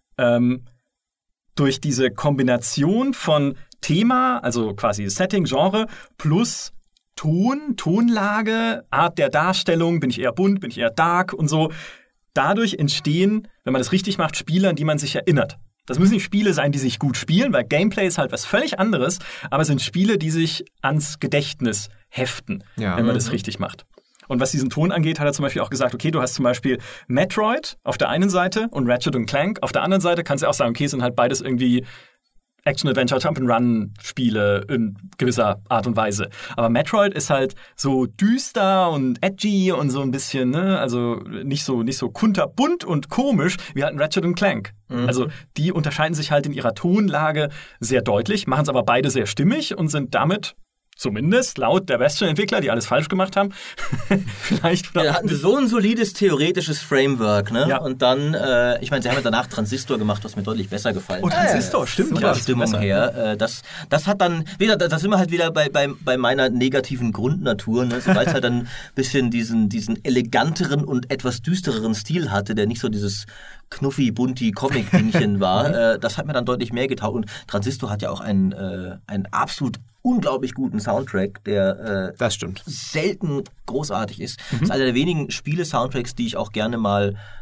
durch diese Kombination von Thema, also quasi Setting, Genre, plus Tonlage, Art der Darstellung, bin ich eher bunt, bin ich eher dark und so, dadurch entstehen, wenn man das richtig macht, Spiele, an die man sich erinnert. Das müssen nicht Spiele sein, die sich gut spielen, weil Gameplay ist halt was völlig anderes, aber es sind Spiele, die sich ans Gedächtnis heften, wenn man das richtig macht. Und was diesen Ton angeht, hat er zum Beispiel auch gesagt, okay, du hast zum Beispiel Metroid auf der einen Seite und Ratchet & Clank auf der anderen Seite. Kannst du auch sagen, okay, es sind halt beides irgendwie Action-Adventure, Jump-and-Run-Spiele in gewisser Art und Weise. Aber Metroid ist halt so düster und edgy und so ein bisschen, ne, also nicht so kunterbunt und komisch wie halt ein Ratchet & Clank. Also die unterscheiden sich halt in ihrer Tonlage sehr deutlich, machen es aber beide sehr stimmig und sind damit zumindest laut der Bastion-Entwickler, die alles falsch gemacht haben, vielleicht... Ja, hatten sie so ein solides theoretisches Framework, ne? Ja. Und dann, ich meine, sie haben ja danach Transistor gemacht, was mir deutlich besser gefallen hat. Oh, Transistor, stimmt. Von der Stimmung her. Das hat dann, da sind wir halt wieder bei meiner negativen Grundnatur, ne? Sobald es halt dann ein bisschen diesen eleganteren und etwas düstereren Stil hatte, der nicht so dieses Knuffi-Bunti-Comic-Dingchen war, das hat mir dann deutlich mehr getaugt. Und Transistor hat ja auch einen absolut unglaublich guten Soundtrack, der das stimmt. Selten großartig ist. Das ist einer der wenigen Spiele-Soundtracks, die ich auch gerne mal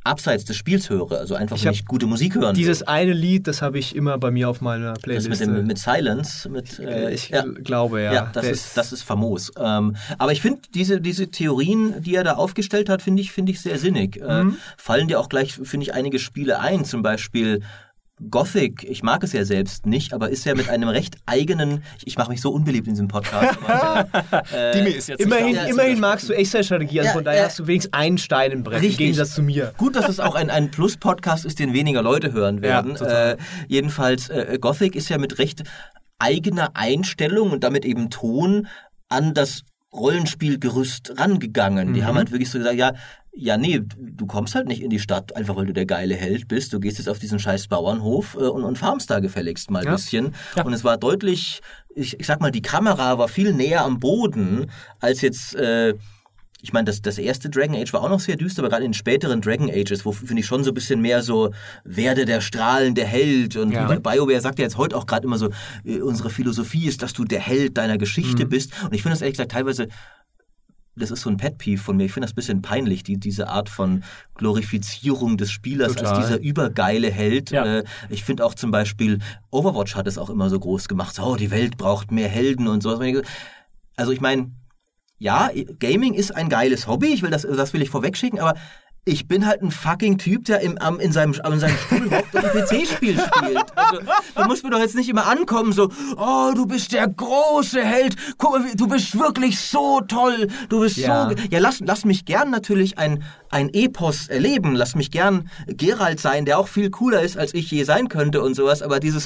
abseits des Spiels höre, also einfach wenn ich gute Musik hören dieses eine Lied, das habe ich immer bei mir auf meiner Playlist. Das mit Silence? Ich glaube, ja. Ja, das ist famos. Aber ich finde, diese Theorien, die er da aufgestellt hat, finde ich sehr sinnig. Fallen dir auch gleich, finde ich, einige Spiele ein, zum Beispiel Gothic, ich mag es ja selbst nicht, aber ist ja mit einem recht eigenen, ich mache mich so unbeliebt in diesem Podcast. Dimi ist jetzt immerhin magst du Echtzeitstrategie, also von daher hast du wenigstens einen Stein im Brett, im Gegensatz zu mir. Gut, dass es auch ein Plus-Podcast ist, den weniger Leute hören werden. Ja, jedenfalls, Gothic ist ja mit recht eigener Einstellung und damit eben Ton an das Rollenspielgerüst rangegangen. Die haben halt wirklich so gesagt, ja, nee, du kommst halt nicht in die Stadt, einfach weil du der geile Held bist. Du gehst jetzt auf diesen scheiß Bauernhof und farmst da gefälligst mal ein bisschen. Ja. Und es war deutlich, ich sag mal, die Kamera war viel näher am Boden, als jetzt, ich meine, das erste Dragon Age war auch noch sehr düster, aber gerade in den späteren Dragon Ages, wo finde ich schon so ein bisschen mehr so, werde der strahlende Held. Und BioWare sagt ja jetzt heute auch gerade immer so, unsere Philosophie ist, dass du der Held deiner Geschichte bist. Und ich finde das ehrlich gesagt teilweise, das ist so ein Pet-Peeve von mir. Ich finde das ein bisschen peinlich, diese Art von Glorifizierung des Spielers als dieser übergeile Held. Ja. Ich finde auch zum Beispiel, Overwatch hat es auch immer so groß gemacht. So, die Welt braucht mehr Helden und sowas. Also ich meine, ja, Gaming ist ein geiles Hobby. Das will ich vorwegschicken, aber ich bin halt ein fucking Typ, der in seinem Stuhl hockt und ein PC-Spiel spielt. Also, du musst mir doch jetzt nicht immer ankommen, so, oh, du bist der große Held, guck mal, du bist wirklich so toll, du bist so... Ja, lass mich gern natürlich ein Epos erleben, lass mich gern Geralt sein, der auch viel cooler ist, als ich je sein könnte und sowas, aber dieses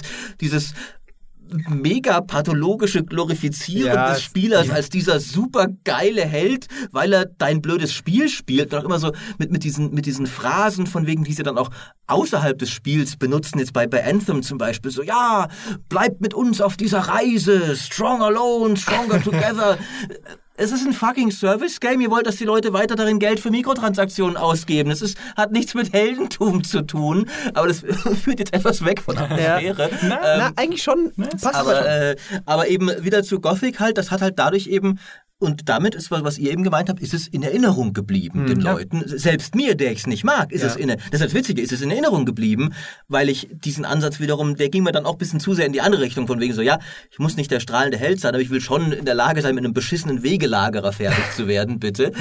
mega pathologische Glorifizierung des Spielers als dieser super geile Held, weil er dein blödes Spiel spielt. Und auch immer so mit diesen Phrasen von wegen, die sie dann auch außerhalb des Spiels benutzen, jetzt bei Anthem zum Beispiel, so, ja, bleibt mit uns auf dieser Reise, strong alone, stronger together. Es ist ein fucking Service-Game. Ihr wollt, dass die Leute weiter darin Geld für Mikrotransaktionen ausgeben. Hat nichts mit Heldentum zu tun, aber das führt jetzt etwas weg von Atmosphäre. Na, eigentlich schon. Passt aber eben wieder zu Gothic halt, das hat halt dadurch eben, und damit ist, was ihr eben gemeint habt, ist es in Erinnerung geblieben, den Leuten. Selbst mir, der ich es nicht mag, ist es das ist das Witzige, ist es in Erinnerung geblieben, weil ich diesen Ansatz wiederum, der ging mir dann auch ein bisschen zu sehr in die andere Richtung, von wegen so, ja, ich muss nicht der strahlende Held sein, aber ich will schon in der Lage sein, mit einem beschissenen Wegelagerer fertig zu werden, bitte.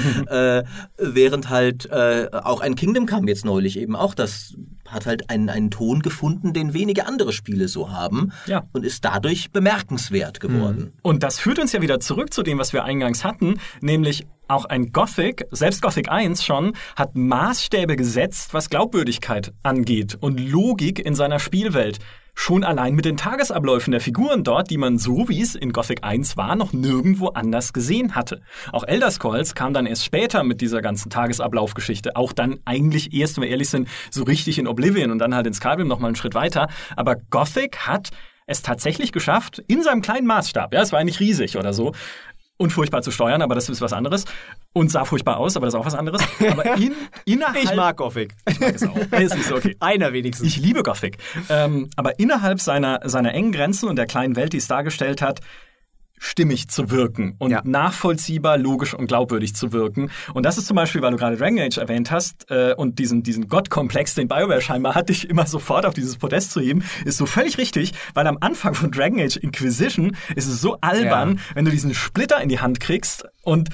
Während halt auch ein Kingdom Come jetzt neulich eben auch, das hat halt einen Ton gefunden, den wenige andere Spiele so haben und ist dadurch bemerkenswert geworden. Und das führt uns ja wieder zurück zu dem, was wir eingangs hatten, nämlich auch ein Gothic, selbst Gothic 1 schon, hat Maßstäbe gesetzt, was Glaubwürdigkeit angeht und Logik in seiner Spielwelt. Schon allein mit den Tagesabläufen der Figuren dort, die man so, wie es in Gothic 1 war, noch nirgendwo anders gesehen hatte. Auch Elder Scrolls kam dann erst später mit dieser ganzen Tagesablaufgeschichte. Auch dann eigentlich erst, wenn wir ehrlich sind, so richtig in Oblivion und dann halt in Skyrim nochmal einen Schritt weiter. Aber Gothic hat es tatsächlich geschafft, in seinem kleinen Maßstab, es war ja nicht riesig oder so, und furchtbar zu steuern, aber das ist was anderes. Und sah furchtbar aus, aber das ist auch was anderes. Aber innerhalb... Ich mag Gothic. Ich mag es auch. Es ist okay. Einer wenigstens. Ich liebe Gothic. Aber innerhalb seiner engen Grenzen und der kleinen Welt, die es dargestellt hat, stimmig zu wirken und nachvollziehbar, logisch und glaubwürdig zu wirken. Und das ist zum Beispiel, weil du gerade Dragon Age erwähnt hast und diesen Gottkomplex, den BioWare scheinbar hat, dich immer sofort auf dieses Podest zu heben, ist so völlig richtig, weil am Anfang von Dragon Age Inquisition ist es so albern, wenn du diesen Splitter in die Hand kriegst und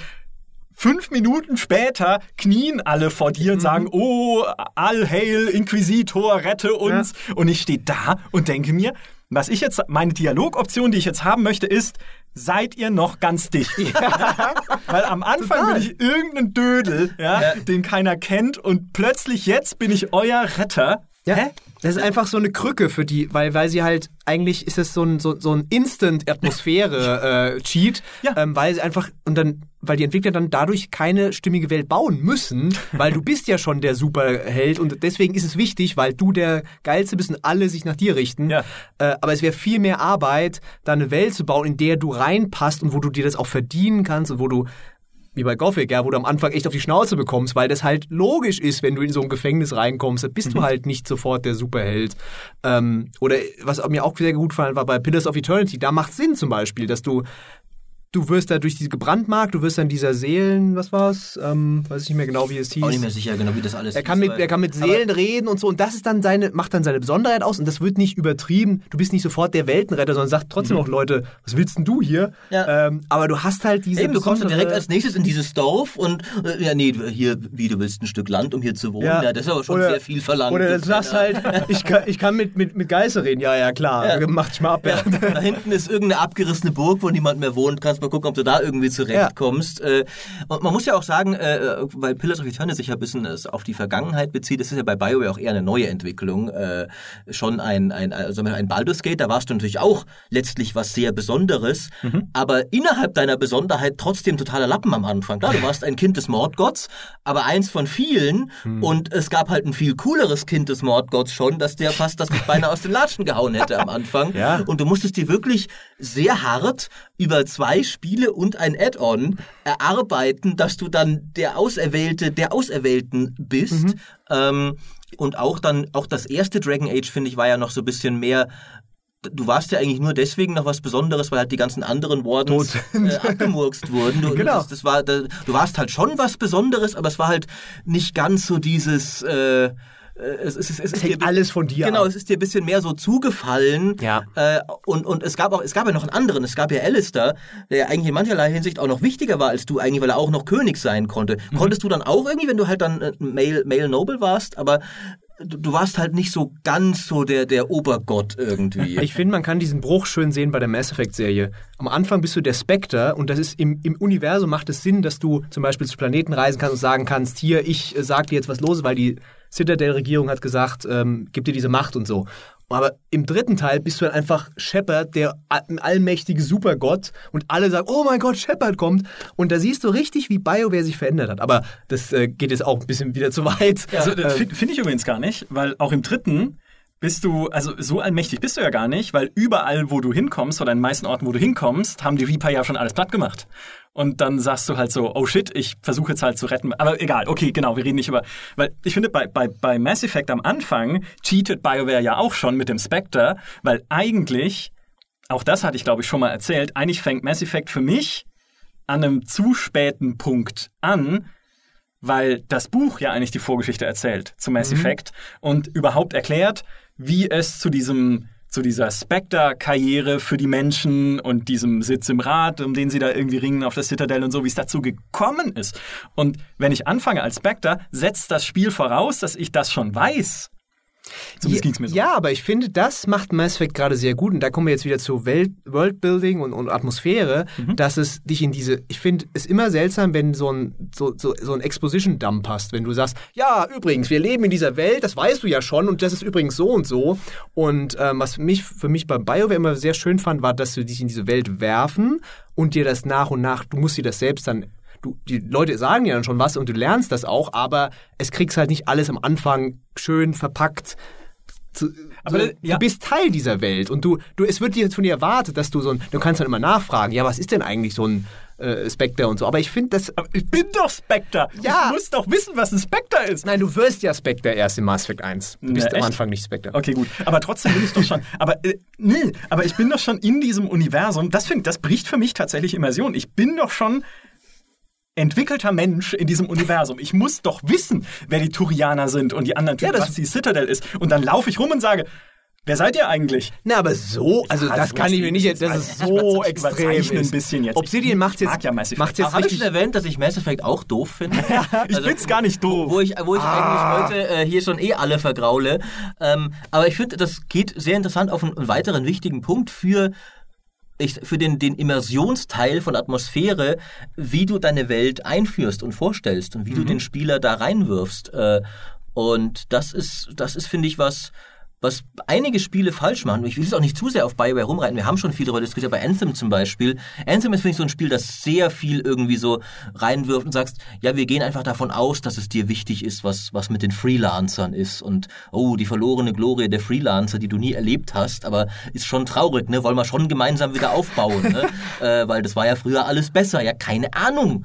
5 Minuten später knien alle vor dir und sagen, oh, all hail, Inquisitor, rette uns. Ja. Und ich stehe da und denke mir, meine Dialogoption, die ich jetzt haben möchte, ist, seid ihr noch ganz dicht? Ja. Weil am Anfang bin ich irgendein Dödel, den keiner kennt und plötzlich jetzt bin ich euer Retter. Ja. Hä? Das ist einfach so eine Krücke für die, weil sie halt, eigentlich ist es so ein Instant-Atmosphäre-Cheat, weil sie einfach, weil die Entwickler dann dadurch keine stimmige Welt bauen müssen, weil du bist ja schon der Superheld und deswegen ist es wichtig, weil du der Geilste bist und alle sich nach dir richten. Ja. Aber es wäre viel mehr Arbeit, da eine Welt zu bauen, in der du reinpasst und wo du dir das auch verdienen kannst und wo du, wie bei Gothic, wo du am Anfang echt auf die Schnauze bekommst, weil das halt logisch ist, wenn du in so ein Gefängnis reinkommst, dann bist du halt nicht sofort der Superheld. Oder was mir auch sehr gut gefallen war bei Pillars of Eternity, da macht Sinn zum Beispiel, dass du du wirst da durch diese gebrandmarkt, du wirst dann dieser Seelen, was war's? Weiß ich nicht mehr genau, wie es hieß. Auch nicht mehr sicher, genau, wie das alles er kann mit Seelen reden und so und das ist dann macht dann seine Besonderheit aus und das wird nicht übertrieben. Du bist nicht sofort der Weltenretter, sondern sagst trotzdem auch, Leute, was willst denn du hier? Ja. Aber du hast halt diese du kommst dann direkt als nächstes in dieses Dorf und hier, wie, du willst ein Stück Land, um hier zu wohnen? Ja, das ist aber schon sehr viel verlangt. Oder du sagst halt, ich kann mit Geister reden. Ja, klar, mach dich mal ab. Ja. Da hinten ist irgendeine abgerissene Burg, wo niemand mehr wohnt, kannst mal gucken, ob du da irgendwie zurechtkommst. Ja. Und man muss ja auch sagen, weil Pillars of Eternity sich ja ein bisschen auf die Vergangenheit bezieht, das ist ja bei BioWare auch eher eine neue Entwicklung. Schon ein Baldur's Gate, da warst du natürlich auch letztlich was sehr Besonderes, aber innerhalb deiner Besonderheit trotzdem totaler Lappen am Anfang. Klar, du warst ein Kind des Mordgotts, aber eins von vielen und es gab halt ein viel cooleres Kind des Mordgotts schon, dass der fast das beinahe aus den Latschen gehauen hätte am Anfang. Ja. Und du musstest dir wirklich sehr hart über 2 Spiele und ein Add-on erarbeiten, dass du dann der Auserwählte der Auserwählten bist. Und auch das erste Dragon Age, finde ich, war ja noch so ein bisschen mehr. Du warst ja eigentlich nur deswegen noch was Besonderes, weil halt die ganzen anderen Wardens abgemurkst wurden. Du warst halt schon was Besonderes, aber es war halt nicht ganz so dieses... Es hängt alles von dir Genau, ab. Es ist dir ein bisschen mehr so zugefallen. Ja. Und es gab ja noch einen anderen. Es gab ja Alistair, der eigentlich in mancherlei Hinsicht auch noch wichtiger war als du eigentlich, weil er auch noch König sein konnte. Konntest du dann auch irgendwie, wenn du halt dann Male Noble warst, aber du warst halt nicht so ganz so der Obergott irgendwie. Ich finde, man kann diesen Bruch schön sehen bei der Mass Effect-Serie. Am Anfang bist du der Spectre und das ist im Universum macht es Sinn, dass du zum Beispiel zu Planeten reisen kannst und sagen kannst, hier, ich sag dir jetzt was los ist, weil die Citadel-Regierung hat gesagt, gib dir diese Macht und so. Aber im dritten Teil bist du dann einfach Shepard, der allmächtige Supergott und alle sagen, oh mein Gott, Shepard kommt. Und da siehst du richtig, wie BioWare sich verändert hat. Aber das geht jetzt auch ein bisschen wieder zu weit. Ja, also, finde ich übrigens gar nicht, weil auch im dritten bist du, also so allmächtig bist du ja gar nicht, weil überall, wo du hinkommst oder in den meisten Orten, wo du hinkommst, haben die Reaper ja schon alles platt gemacht. Und dann sagst du halt so, oh shit, ich versuche jetzt halt zu retten. Aber egal, okay, genau, wir reden nicht über... Weil ich finde, bei Mass Effect am Anfang cheatet BioWare ja auch schon mit dem Spectre, weil eigentlich, auch das hatte ich glaube ich schon mal erzählt, eigentlich fängt Mass Effect für mich an einem zu späten Punkt an, weil das Buch ja eigentlich die Vorgeschichte erzählt zu Mass Effect und überhaupt erklärt, wie es zu dieser Spectre-Karriere für die Menschen und diesem Sitz im Rat, um den sie da irgendwie ringen auf der Citadel und so, wie es dazu gekommen ist. Und wenn ich anfange als Spectre, setzt das Spiel voraus, dass ich das schon weiß. Zumindest ging's mir so. Ja, aber ich finde, das macht Mass Effect gerade sehr gut. Und da kommen wir jetzt wieder zu Worldbuilding und Atmosphäre, dass es dich in diese... Ich finde es immer seltsam, wenn so ein Exposition-Dump hast. Wenn du sagst, ja, übrigens, wir leben in dieser Welt, das weißt du ja schon und das ist übrigens so und so. Und was für mich bei BioWare immer sehr schön fand, war, dass sie dich in diese Welt werfen und dir das nach und nach, du musst dir das selbst dann... Die Leute sagen ja dann schon was und du lernst das auch, aber es kriegst halt nicht alles am Anfang schön verpackt. Du bist Teil dieser Welt und es wird dir von dir erwartet, dass du du kannst dann immer nachfragen, ja, was ist denn eigentlich so ein Spectre und so. Aber ich finde das... Aber ich bin doch Spectre. Ja. Ich muss doch wissen, was ein Spectre ist. Nein, du wirst ja Spectre erst in Mass Effect 1. Du bist am Anfang nicht Spectre. Okay, gut. Aber trotzdem bin ich doch schon... Aber ich bin doch schon in diesem Universum. Das bricht für mich tatsächlich Immersion. Ich bin doch schon entwickelter Mensch in diesem Universum. Ich muss doch wissen, wer die Turianer sind und die anderen Typen, was die Citadel ist. Und dann laufe ich rum und sage, wer seid ihr eigentlich? Na, aber so, also das kann ich mir nicht, das ist so extrem. Ein bisschen jetzt. Obsidian macht jetzt Habe ich schon erwähnt, dass ich Mass Effect auch doof finde? Ich find's gar nicht doof. Wo ich eigentlich heute hier schon alle vergraule. Aber ich finde, das geht sehr interessant auf einen weiteren wichtigen Punkt für den Immersionsteil von Atmosphäre, wie du deine Welt einführst und vorstellst und wie du den Spieler da reinwirfst. Und das ist, finde ich, was einige Spiele falsch machen. Ich will es auch nicht zu sehr auf BioWare rumreiten. Wir haben schon viel darüber diskutiert, bei Anthem zum Beispiel. Anthem ist, finde ich, so ein Spiel, das sehr viel irgendwie so reinwirft und sagst, ja, wir gehen einfach davon aus, dass es dir wichtig ist, was mit den Freelancern ist und, die verlorene Glorie der Freelancer, die du nie erlebt hast, aber ist schon traurig, ne? Wollen wir schon gemeinsam wieder aufbauen, ne? Weil das war ja früher alles besser. Ja, keine Ahnung.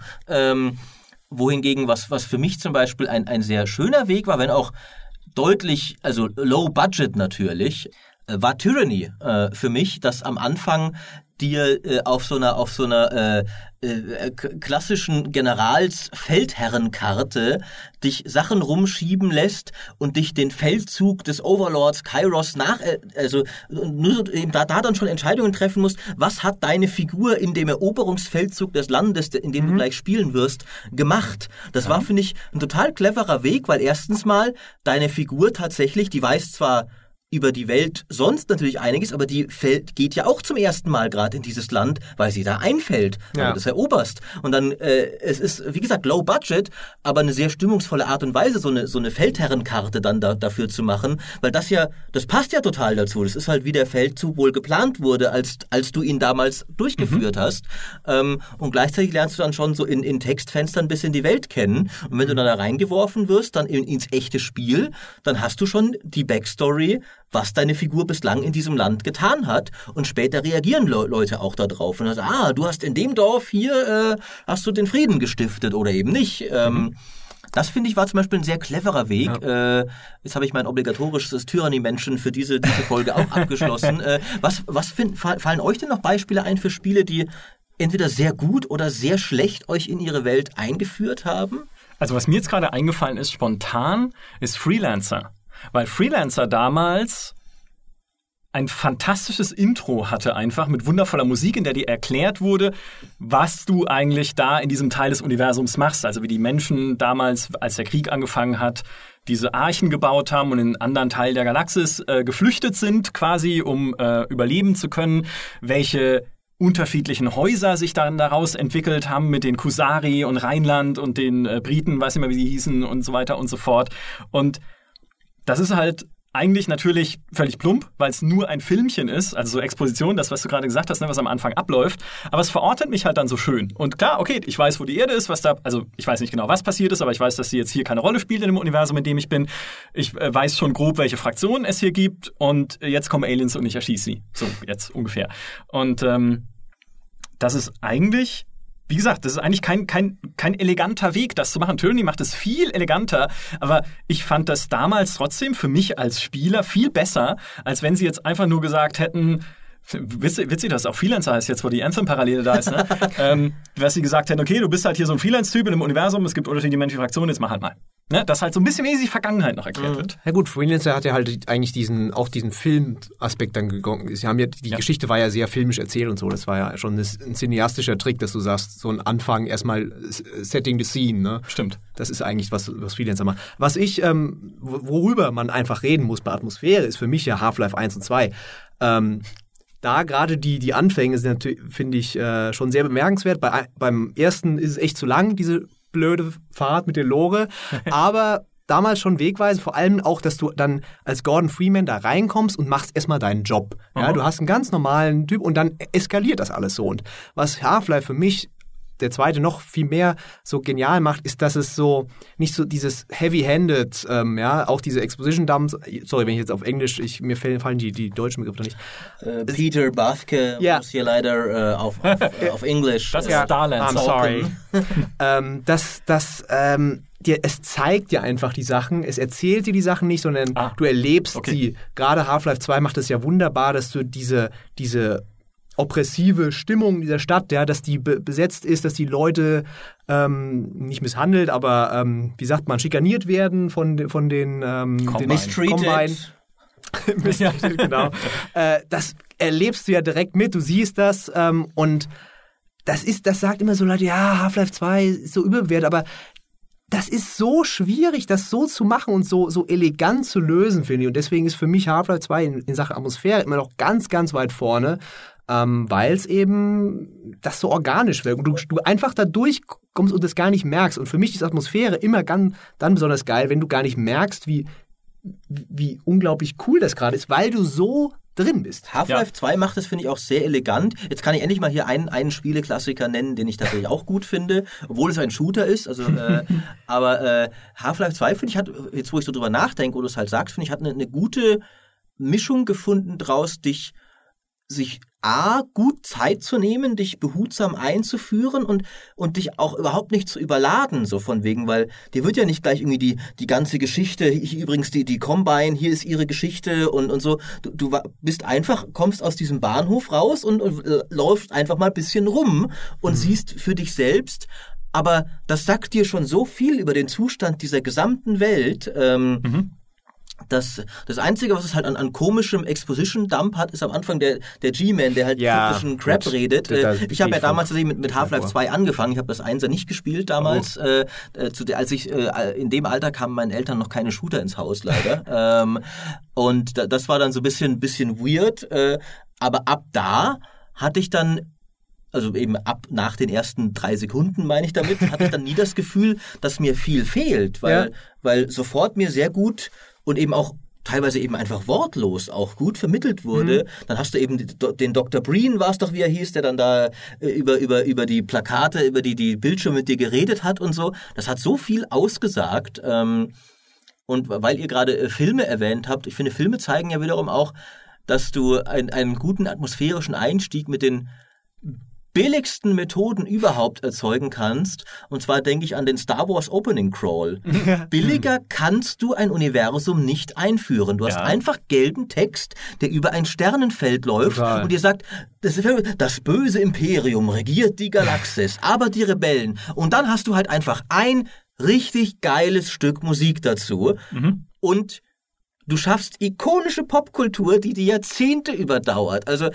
Wohingegen, was für mich zum Beispiel ein sehr schöner Weg war, wenn auch deutlich, also low budget natürlich, war Tyranny für mich, das am Anfang dir auf so einer klassischen Generals-Feldherrenkarte dich Sachen rumschieben lässt und dich den Feldzug des Overlords Kairos nur so eben da dann schon Entscheidungen treffen musst, was hat deine Figur in dem Eroberungsfeldzug des Landes, in dem du gleich spielen wirst, gemacht. Das war, finde ich, ein total cleverer Weg, weil erstens mal deine Figur tatsächlich, die weiß zwar über die Welt sonst natürlich einiges, aber die geht ja auch zum ersten Mal gerade in dieses Land, weil sie da einfällt, weil du das eroberst. Und dann, es ist, wie gesagt, low budget, aber eine sehr stimmungsvolle Art und Weise, so eine Feldherrenkarte dann dafür zu machen, weil das passt ja total dazu. Das ist halt, wie der Feldzug wohl geplant wurde, als du ihn damals durchgeführt hast. Und gleichzeitig lernst du dann schon so in Textfenstern ein bisschen die Welt kennen. Und wenn du dann da reingeworfen wirst, dann ins echte Spiel, dann hast du schon die Backstory, was deine Figur bislang in diesem Land getan hat. Und später reagieren Leute auch darauf. Und sagen, du hast in dem Dorf hier, hast du den Frieden gestiftet oder eben nicht. Das, finde ich, war zum Beispiel ein sehr cleverer Weg. Ja. Jetzt habe ich mein obligatorisches Tyranny-Menschen für diese Folge auch abgeschlossen. Fallen euch denn noch Beispiele ein für Spiele, die entweder sehr gut oder sehr schlecht euch in ihre Welt eingeführt haben? Also was mir jetzt gerade eingefallen ist, spontan, ist Freelancer. Weil Freelancer damals ein fantastisches Intro hatte einfach mit wundervoller Musik, in der dir erklärt wurde, was du eigentlich da in diesem Teil des Universums machst. Also wie die Menschen damals, als der Krieg angefangen hat, diese Archen gebaut haben und in einen anderen Teil der Galaxis geflüchtet sind, quasi um überleben zu können, welche unterschiedlichen Häuser sich dann daraus entwickelt haben mit den Kusari und Rheinland und den Briten, weiß nicht mehr, wie sie hießen und so weiter und so fort. Und das ist halt eigentlich natürlich völlig plump, weil es nur ein Filmchen ist, also so Exposition, das, was du gerade gesagt hast, ne, was am Anfang abläuft. Aber es verortet mich halt dann so schön. Und klar, okay, ich weiß, wo die Erde ist, also ich weiß nicht genau, was passiert ist, aber ich weiß, dass sie jetzt hier keine Rolle spielt in dem Universum, in dem ich bin. Ich weiß schon grob, welche Fraktionen es hier gibt und jetzt kommen Aliens und ich erschieße sie. So, jetzt ungefähr. Und das ist eigentlich... Wie gesagt, das ist eigentlich kein eleganter Weg, das zu machen. Tyranny macht es viel eleganter, aber ich fand das damals trotzdem für mich als Spieler viel besser, als wenn sie jetzt einfach nur gesagt hätten, witzig, dass auch Freelancer heißt jetzt, wo die Anthem-Parallele da ist, ne? Dass sie gesagt hätten, okay, du bist halt hier so ein Freelance-Typ in einem Universum, es gibt unterschiedliche menschliche Fraktionen, jetzt mach halt mal. Ne? Das halt so ein bisschen wie die Vergangenheit noch erklärt wird. Ja gut, Freelancer hat ja halt eigentlich diesen Filmaspekt dann gegangen. Sie haben ja, die Geschichte war ja sehr filmisch erzählt und so, das war ja schon ein cineastischer Trick, dass du sagst, so ein Anfang erstmal setting the scene, ne? Stimmt. Das ist eigentlich, was Freelancer macht. Was worüber man einfach reden muss bei Atmosphäre, ist für mich ja Half-Life 1 und 2. Da gerade die Anfänge sind natürlich, finde ich, schon sehr bemerkenswert. Beim ersten ist es echt zu lang, diese blöde Fahrt mit der Lore. Aber damals schon wegweisend, vor allem auch, dass du dann als Gordon Freeman da reinkommst und machst erstmal deinen Job. Ja, du hast einen ganz normalen Typ und dann eskaliert das alles so. Und was Half-Life für mich, der zweite, noch viel mehr so genial macht, ist, dass es so nicht so dieses heavy-handed, auch diese Exposition-Dumps, sorry, wenn ich jetzt auf Englisch, mir fallen die deutschen Begriffe nicht. Peter Bafke muss hier leider auf Englisch. Das ist Starlands. I'm sorry. Es zeigt dir einfach die Sachen, es erzählt dir die Sachen nicht, sondern du erlebst sie. Gerade Half-Life 2 macht es ja wunderbar, dass du diese oppressive Stimmung dieser Stadt, ja, dass die besetzt ist, dass die Leute nicht misshandelt, aber wie sagt man, schikaniert werden von den Mistreated. Mistreated, genau. Das erlebst du ja direkt mit, du siehst das und das sagt immer so Leute, ja, Half-Life 2 ist so überbewertet, aber das ist so schwierig, das so zu machen und so elegant zu lösen, finde ich. Und deswegen ist für mich Half-Life 2 in Sachen Atmosphäre immer noch ganz, ganz weit vorne. Weil es eben das so organisch wirkt. Du einfach da durchkommst und das gar nicht merkst. Und für mich ist Atmosphäre immer dann besonders geil, wenn du gar nicht merkst, wie unglaublich cool das gerade ist, weil du so drin bist. Half-Life 2 macht das, finde ich, auch sehr elegant. Jetzt kann ich endlich mal hier einen Spieleklassiker nennen, den ich tatsächlich auch gut finde, obwohl es ein Shooter ist. Also, aber Half-Life 2, finde ich, hat, jetzt wo ich so drüber nachdenke, wo du es halt sagst, finde ich, hat eine gute Mischung gefunden draus, dich sich gut Zeit zu nehmen, dich behutsam einzuführen und dich auch überhaupt nicht zu überladen, so von wegen, weil dir wird ja nicht gleich irgendwie die ganze Geschichte, übrigens die Combine, hier ist ihre Geschichte und so. Du bist einfach, kommst aus diesem Bahnhof raus und läufst einfach mal ein bisschen rum und siehst für dich selbst, aber das sagt dir schon so viel über den Zustand dieser gesamten Welt, Das Einzige, was es halt an komischem Exposition-Dump hat, ist am Anfang der G-Man, der halt typischen Crap redet. Ich habe ja damals mit Half-Life 2 angefangen. Ich habe das 1er nicht gespielt damals. Als ich in dem Alter kamen meinen Eltern noch keine Shooter ins Haus, leider. Und das war dann so ein bisschen weird. Aber ab da hatte ich dann, also eben ab nach den ersten 3 Sekunden, meine ich damit, hatte ich dann nie das Gefühl, dass mir viel fehlt, weil sofort mir sehr gut und eben auch teilweise eben einfach wortlos auch gut vermittelt wurde. Dann hast du eben den Dr. Breen, war es doch, wie er hieß, der dann da über die Plakate, über die Bildschirme mit dir geredet hat und so. Das hat so viel ausgesagt. Und weil ihr gerade Filme erwähnt habt, ich finde, Filme zeigen ja wiederum auch, dass du einen guten atmosphärischen Einstieg mit den billigsten Methoden überhaupt erzeugen kannst. Und zwar denke ich an den Star Wars Opening Crawl. Billiger kannst du ein Universum nicht einführen. Du hast einfach gelben Text, der über ein Sternenfeld läuft und dir sagt, das böse Imperium regiert die Galaxis, aber die Rebellen. Und dann hast du halt einfach ein richtig geiles Stück Musik dazu. Und du schaffst ikonische Popkultur, die Jahrzehnte überdauert. Also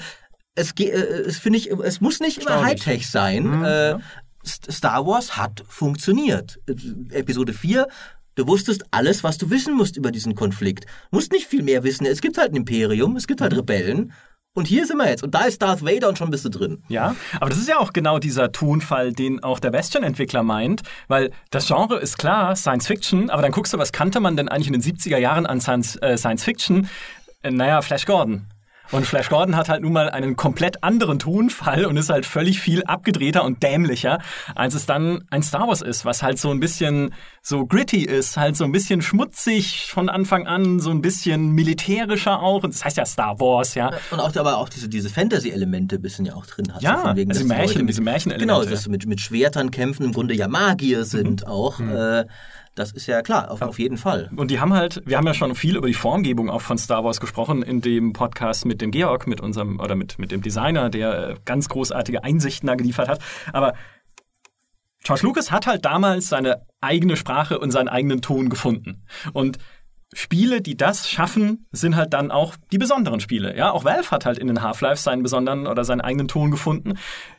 es muss nicht immer Hightech sein. Star Wars hat funktioniert. Episode 4, du wusstest alles, was du wissen musst über diesen Konflikt. Du musst nicht viel mehr wissen. Es gibt halt ein Imperium, es gibt halt Rebellen. Und hier sind wir jetzt. Und da ist Darth Vader und schon bist du drin. Ja, aber das ist ja auch genau dieser Tonfall, den auch der Bastion-Entwickler meint. Weil das Genre ist klar, Science-Fiction. Aber dann guckst du, was kannte man denn eigentlich in den 70er Jahren an Science-Fiction? Flash Gordon. Und Flash Gordon hat halt nun mal einen komplett anderen Tonfall und ist halt völlig viel abgedrehter und dämlicher, als es dann ein Star Wars ist, was halt so ein bisschen so gritty ist, halt so ein bisschen schmutzig von Anfang an, so ein bisschen militärischer auch. Und das heißt ja Star Wars, ja. Und aber auch diese Fantasy-Elemente ein bisschen ja auch drin hat. Ja, so wegen, also diese Märchenelemente. Genau, dass mit Schwertern kämpfen im Grunde ja Magier sind auch. Das ist ja klar, auf jeden Fall. Und wir haben ja schon viel über die Formgebung auch von Star Wars gesprochen in dem Podcast mit dem Georg, mit dem Designer, der ganz großartige Einsichten da geliefert hat. Aber George Lucas hat halt damals seine eigene Sprache und seinen eigenen Ton gefunden. Und Spiele, die das schaffen, sind halt dann auch die besonderen Spiele. Ja, auch Valve hat halt in den Half-Life seinen besonderen oder seinen eigenen Ton gefunden.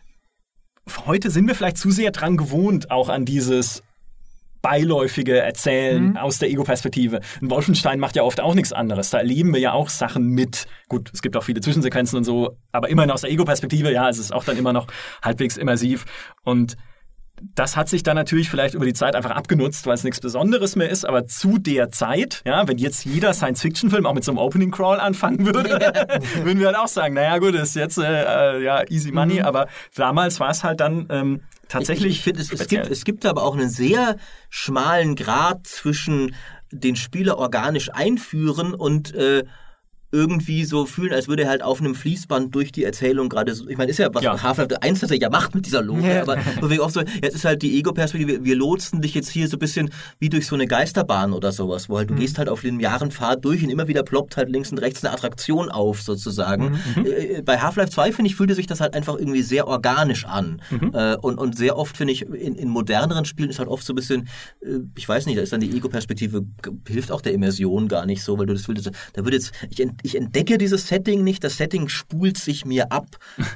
Heute sind wir vielleicht zu sehr dran gewohnt, auch an dieses beiläufige Erzählen aus der Ego-Perspektive. Ein Wolfenstein macht ja oft auch nichts anderes. Da erleben wir ja auch Sachen mit. Gut, es gibt auch viele Zwischensequenzen und so, aber immerhin aus der Ego-Perspektive, ja, es ist auch dann immer noch halbwegs immersiv. Und das hat sich dann natürlich vielleicht über die Zeit einfach abgenutzt, weil es nichts Besonderes mehr ist, aber zu der Zeit, ja, wenn jetzt jeder Science-Fiction-Film auch mit so einem Opening-Crawl anfangen würde, würden wir halt auch sagen, naja gut, ist jetzt easy money, aber damals war es halt dann tatsächlich. Ich finde, es gibt aber auch einen sehr schmalen Grad zwischen den Spieler organisch einführen und irgendwie so fühlen, als würde er halt auf einem Fließband durch die Erzählung gerade so, ich meine, ist ja was Half-Life 1 tatsächlich ja macht mit dieser Logik, aber deswegen auch so, jetzt ist halt die Ego-Perspektive, wir lotsen dich jetzt hier so ein bisschen wie durch so eine Geisterbahn oder sowas, wo halt du gehst halt auf linearen Pfad durch und immer wieder ploppt halt links und rechts eine Attraktion auf, sozusagen. Bei Half-Life 2, finde ich, fühlte sich das halt einfach irgendwie sehr organisch an. Und sehr oft, finde ich, in moderneren Spielen ist halt oft so ein bisschen, ich weiß nicht, da ist dann die Ego-Perspektive, hilft auch der Immersion gar nicht so, weil du das willst, da würde jetzt, ich entdecke dieses Setting nicht, das Setting spult sich mir ab.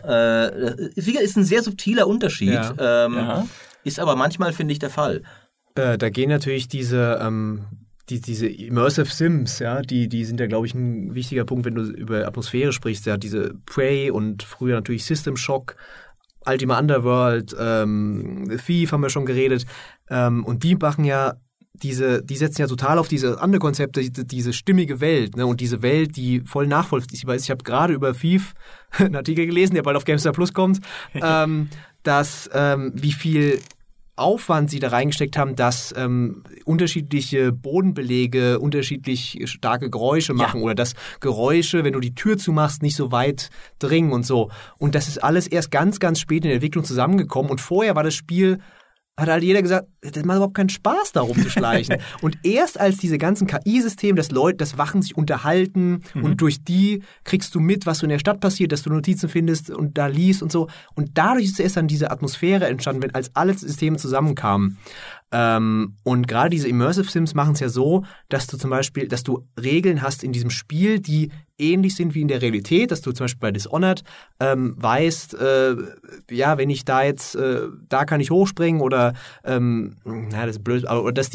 Ist ein sehr subtiler Unterschied. Ist aber manchmal, finde ich, der Fall. Da gehen natürlich diese Immersive Sims, ja, die sind ja, glaube ich, ein wichtiger Punkt, wenn du über Atmosphäre sprichst. Ja, diese Prey und früher natürlich System Shock, Ultima Underworld, Thief haben wir schon geredet. Und die machen ja die setzen ja total auf diese andere Konzepte, diese stimmige Welt, ne? Und diese Welt, die voll nachvollziehbar ist. Ich habe gerade über Thief einen Artikel gelesen, der bald auf GameStar Plus kommt, dass wie viel Aufwand sie da reingesteckt haben, dass unterschiedliche Bodenbelege unterschiedlich starke Geräusche machen oder dass Geräusche, wenn du die Tür zumachst, nicht so weit dringen und so. Und das ist alles erst ganz, ganz spät in der Entwicklung zusammengekommen und vorher war das Spiel, hat halt jeder gesagt, das macht überhaupt keinen Spaß, da rumzuschleichen. Und erst als diese ganzen KI-Systeme, das Wachen sich unterhalten und durch die kriegst du mit, was so in der Stadt passiert, dass du Notizen findest und da liest und so. Und dadurch ist erst dann diese Atmosphäre entstanden, als alle Systeme zusammenkamen. Und gerade diese Immersive Sims machen es ja so, dass du zum Beispiel, dass du Regeln hast in diesem Spiel, die ähnlich sind wie in der Realität, dass du zum Beispiel bei Dishonored weißt, wenn ich da jetzt, da kann ich hochspringen oder, das ist blöd, oder dass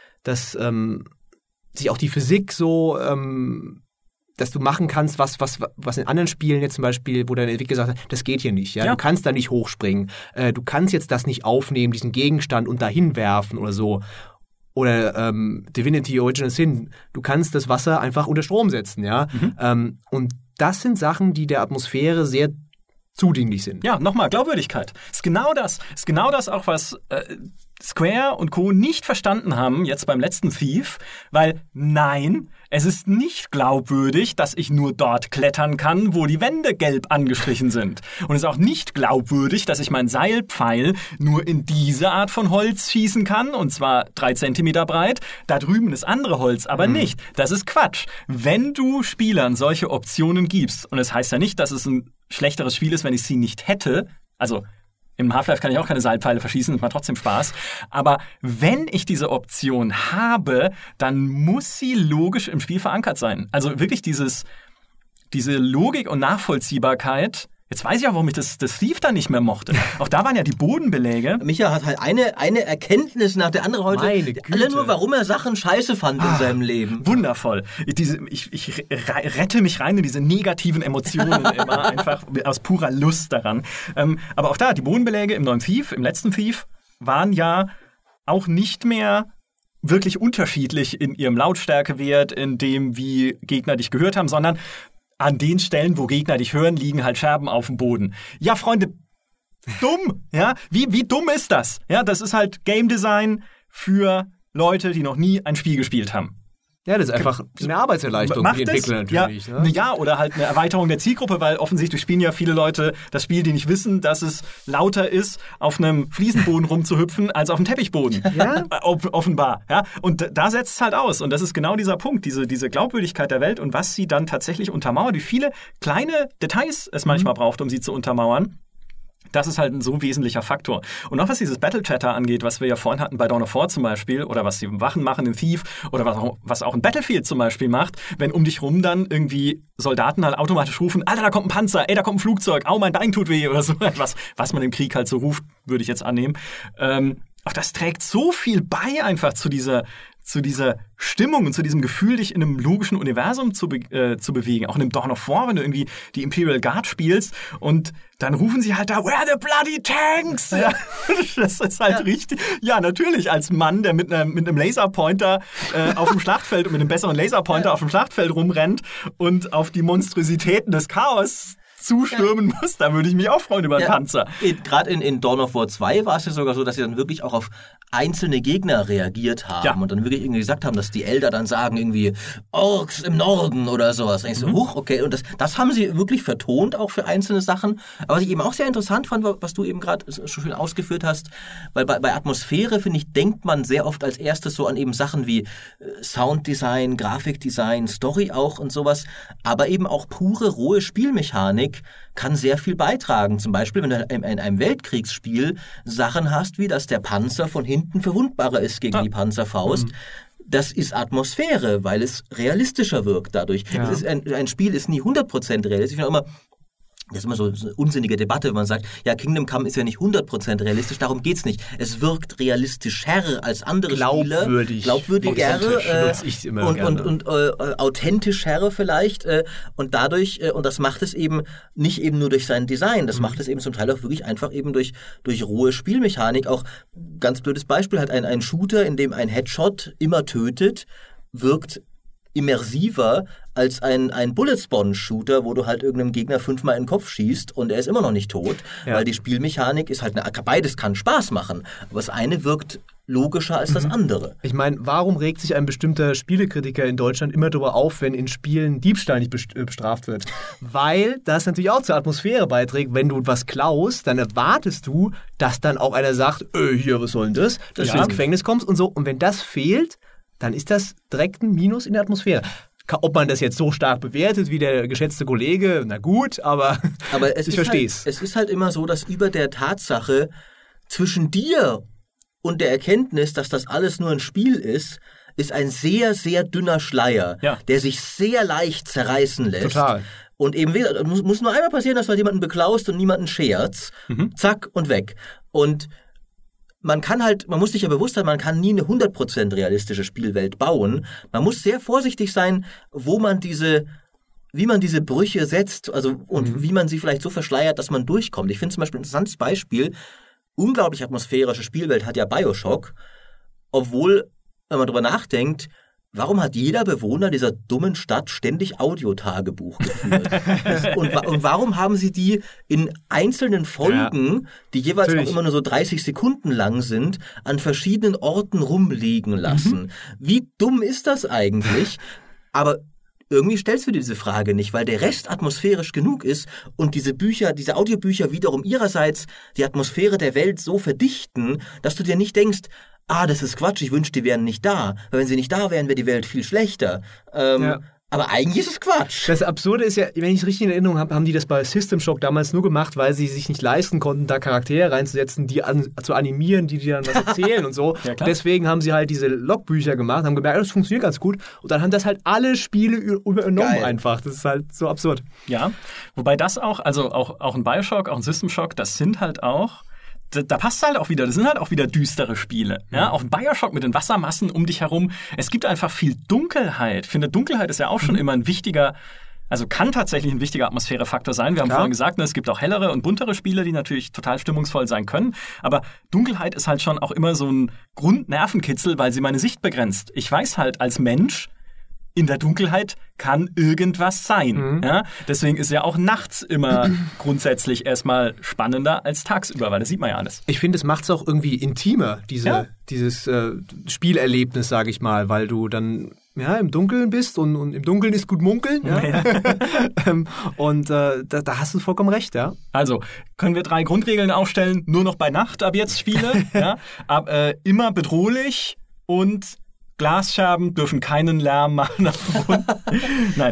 sich auch die Physik so, dass du machen kannst, was in anderen Spielen jetzt zum Beispiel, wo der Entwickler gesagt hat, das geht hier nicht. Ja? Du kannst da nicht hochspringen. Du kannst jetzt das nicht aufnehmen, diesen Gegenstand und dahin werfen oder so. Oder Divinity Original Sin. Du kannst das Wasser einfach unter Strom setzen. Ja? Und das sind Sachen, die der Atmosphäre sehr zudinglich sind. Ja, nochmal, Glaubwürdigkeit. Ist genau das auch, was Square und Co. nicht verstanden haben, jetzt beim letzten Thief, weil nein, es ist nicht glaubwürdig, dass ich nur dort klettern kann, wo die Wände gelb angestrichen sind. Und es ist auch nicht glaubwürdig, dass ich mein Seilpfeil nur in diese Art von Holz schießen kann, und zwar 3 Zentimeter breit. Da drüben ist andere Holz, aber nicht. Das ist Quatsch. Wenn du Spielern solche Optionen gibst, und es heißt ja nicht, dass es ein schlechteres Spiel ist, wenn ich sie nicht hätte, also im Half-Life kann ich auch keine Seilpfeile verschießen, das macht trotzdem Spaß. Aber wenn ich diese Option habe, dann muss sie logisch im Spiel verankert sein. Also wirklich diese Logik und Nachvollziehbarkeit. Jetzt weiß ich auch, warum ich das Thief da nicht mehr mochte. Auch da waren ja die Bodenbeläge. Micha hat halt eine Erkenntnis nach der anderen heute. Meine Güte. Alle nur, warum er Sachen scheiße fand in seinem Leben. Wundervoll. Ich rette mich rein in diese negativen Emotionen immer einfach aus purer Lust daran. Aber auch da, die Bodenbeläge im neuen Thief, im letzten Thief, waren ja auch nicht mehr wirklich unterschiedlich in ihrem Lautstärkewert, in dem, wie Gegner dich gehört haben, sondern an den Stellen, wo Gegner dich hören, liegen halt Scherben auf dem Boden. Ja, Freunde, dumm, ja? Wie dumm ist das? Ja, das ist halt Game Design für Leute, die noch nie ein Spiel gespielt haben. Ja, das ist einfach eine Arbeitserleichterung für die Entwickler natürlich. Ja, ne? Ja, oder halt eine Erweiterung der Zielgruppe, weil offensichtlich spielen ja viele Leute das Spiel, die nicht wissen, dass es lauter ist, auf einem Fliesenboden rumzuhüpfen, als auf einem Teppichboden. Ja? Offenbar. Ja? Und da setzt es halt aus. Und das ist genau dieser Punkt, diese Glaubwürdigkeit der Welt und was sie dann tatsächlich untermauert, wie viele kleine Details es manchmal braucht, um sie zu untermauern. Das ist halt ein so wesentlicher Faktor. Und auch was dieses Battle-Chatter angeht, was wir ja vorhin hatten bei Dawn of War zum Beispiel, oder was die Wachen machen in Thief, oder was auch ein Battlefield zum Beispiel macht, wenn um dich rum dann irgendwie Soldaten halt automatisch rufen, Alter, da kommt ein Panzer, ey, da kommt ein Flugzeug, au, mein Bein tut weh, oder so etwas, was man im Krieg halt so ruft, würde ich jetzt annehmen. Auch das trägt so viel bei einfach zu dieser Stimmung und zu diesem Gefühl, dich in einem logischen Universum zu bewegen. Auch in einem Dawn of War, wenn du irgendwie die Imperial Guard spielst und dann rufen sie halt da, where are the bloody tanks? Ja, das ist halt richtig. Ja, natürlich, als Mann, der mit einem Laserpointer auf dem Schlachtfeld und mit einem besseren Laserpointer auf dem Schlachtfeld rumrennt und auf die Monstrositäten des Chaos zustürmen muss, da würde ich mich auch freuen über einen Panzer. Gerade in Dawn of War 2 war es ja sogar so, dass sie dann wirklich auch auf einzelne Gegner reagiert haben und dann wirklich irgendwie gesagt haben, dass die Elder dann sagen irgendwie Orks im Norden oder sowas. Und ich so, okay, und das haben sie wirklich vertont, auch für einzelne Sachen. Aber was ich eben auch sehr interessant fand, was du eben gerade schon schön ausgeführt hast, weil bei Atmosphäre, finde ich, denkt man sehr oft als erstes so an eben Sachen wie Sounddesign, Grafikdesign, Story auch und sowas, aber eben auch pure, rohe Spielmechanik kann sehr viel beitragen. Zum Beispiel, wenn du in einem Weltkriegsspiel Sachen hast, wie dass der Panzer von hinten verwundbarer ist gegen die Panzerfaust. Das ist Atmosphäre, weil es realistischer wirkt dadurch. Ja. Ein Spiel ist nie 100% realistisch. Ich finde auch immer, das ist immer so eine unsinnige Debatte, wenn man sagt, ja, Kingdom Come ist ja nicht 100% realistisch, darum geht's nicht. Es wirkt realistischer als andere Spiele. Glaubwürdiger und authentischer vielleicht. Und dadurch, und das macht es eben nicht eben nur durch sein Design, das macht es eben zum Teil auch wirklich einfach eben durch rohe Spielmechanik. Auch ganz blödes Beispiel, halt ein Shooter, in dem ein Headshot immer tötet, wirkt immersiver als ein Bullet-Sponge-Shooter, wo du halt irgendeinem Gegner 5-mal in den Kopf schießt und er ist immer noch nicht tot, weil die Spielmechanik ist halt beides kann Spaß machen, aber das eine wirkt logischer als das andere. Ich meine, warum regt sich ein bestimmter Spielekritiker in Deutschland immer darüber auf, wenn in Spielen Diebstahl nicht bestraft wird? Weil das natürlich auch zur Atmosphäre beiträgt. Wenn du was klaust, dann erwartest du, dass dann auch einer sagt, hier, was soll denn das? Dass du ins Gefängnis kommst und so. Und wenn das fehlt, dann ist das direkt ein Minus in der Atmosphäre. Ob man das jetzt so stark bewertet wie der geschätzte Kollege, na gut, aber ich verstehe es. Es ist halt immer so, dass über der Tatsache zwischen dir und der Erkenntnis, dass das alles nur ein Spiel ist ein sehr, sehr dünner Schleier, der sich sehr leicht zerreißen lässt. Total. Und eben, muss nur einmal passieren, dass du halt jemanden beklaust und niemanden scherzt. Zack und weg. Und man muss sich ja bewusst sein, man kann nie eine 100% realistische Spielwelt bauen. Man muss sehr vorsichtig sein, wie man diese Brüche setzt, also und wie man sie vielleicht so verschleiert, dass man durchkommt. Ich finde zum Beispiel ein interessantes Beispiel, unglaublich atmosphärische Spielwelt hat ja BioShock, obwohl, wenn man drüber nachdenkt, warum hat jeder Bewohner dieser dummen Stadt ständig Audiotagebuch geführt? und warum haben sie die in einzelnen Folgen, die jeweils auch immer nur so 30 Sekunden lang sind, an verschiedenen Orten rumliegen lassen? Wie dumm ist das eigentlich? Aber irgendwie stellst du dir diese Frage nicht, weil der Rest atmosphärisch genug ist und diese Audiobücher wiederum ihrerseits die Atmosphäre der Welt so verdichten, dass du dir nicht denkst, das ist Quatsch, ich wünschte, die wären nicht da. Weil wenn sie nicht da wären, wäre die Welt viel schlechter. Aber eigentlich ist es Quatsch. Das Absurde ist ja, wenn ich es richtig in Erinnerung habe, haben die das bei System Shock damals nur gemacht, weil sie sich nicht leisten konnten, da Charaktere reinzusetzen, die zu animieren, die dann was erzählen und so. Ja, deswegen haben sie halt diese Logbücher gemacht, haben gemerkt, das funktioniert ganz gut. Und dann haben das halt alle Spiele übernommen einfach. Das ist halt so absurd. Ja, wobei das auch ein BioShock, auch ein System Shock, das sind halt auch da passt halt auch wieder, das sind halt auch wieder düstere Spiele. Ja? Auch ein BioShock mit den Wassermassen um dich herum. Es gibt einfach viel Dunkelheit. Ich finde, Dunkelheit ist ja auch schon immer ein wichtiger, also kann tatsächlich ein wichtiger Atmosphärefaktor sein. Wir haben vorhin gesagt, es gibt auch hellere und buntere Spiele, die natürlich total stimmungsvoll sein können. Aber Dunkelheit ist halt schon auch immer so ein Grundnervenkitzel, weil sie meine Sicht begrenzt. Ich weiß halt als Mensch, in der Dunkelheit kann irgendwas sein. Ja? Deswegen ist ja auch nachts immer grundsätzlich erstmal spannender als tagsüber, weil das sieht man ja alles. Ich finde, es macht es auch irgendwie intimer, dieses Spielerlebnis, sage ich mal, weil du dann im Dunkeln bist und im Dunkeln ist gut munkeln. Ja? Und da hast du vollkommen recht, ja. Also, können wir 3 Grundregeln aufstellen, nur noch bei Nacht ab jetzt Spiele. Immer bedrohlich und Glasscherben dürfen keinen Lärm machen. Nein.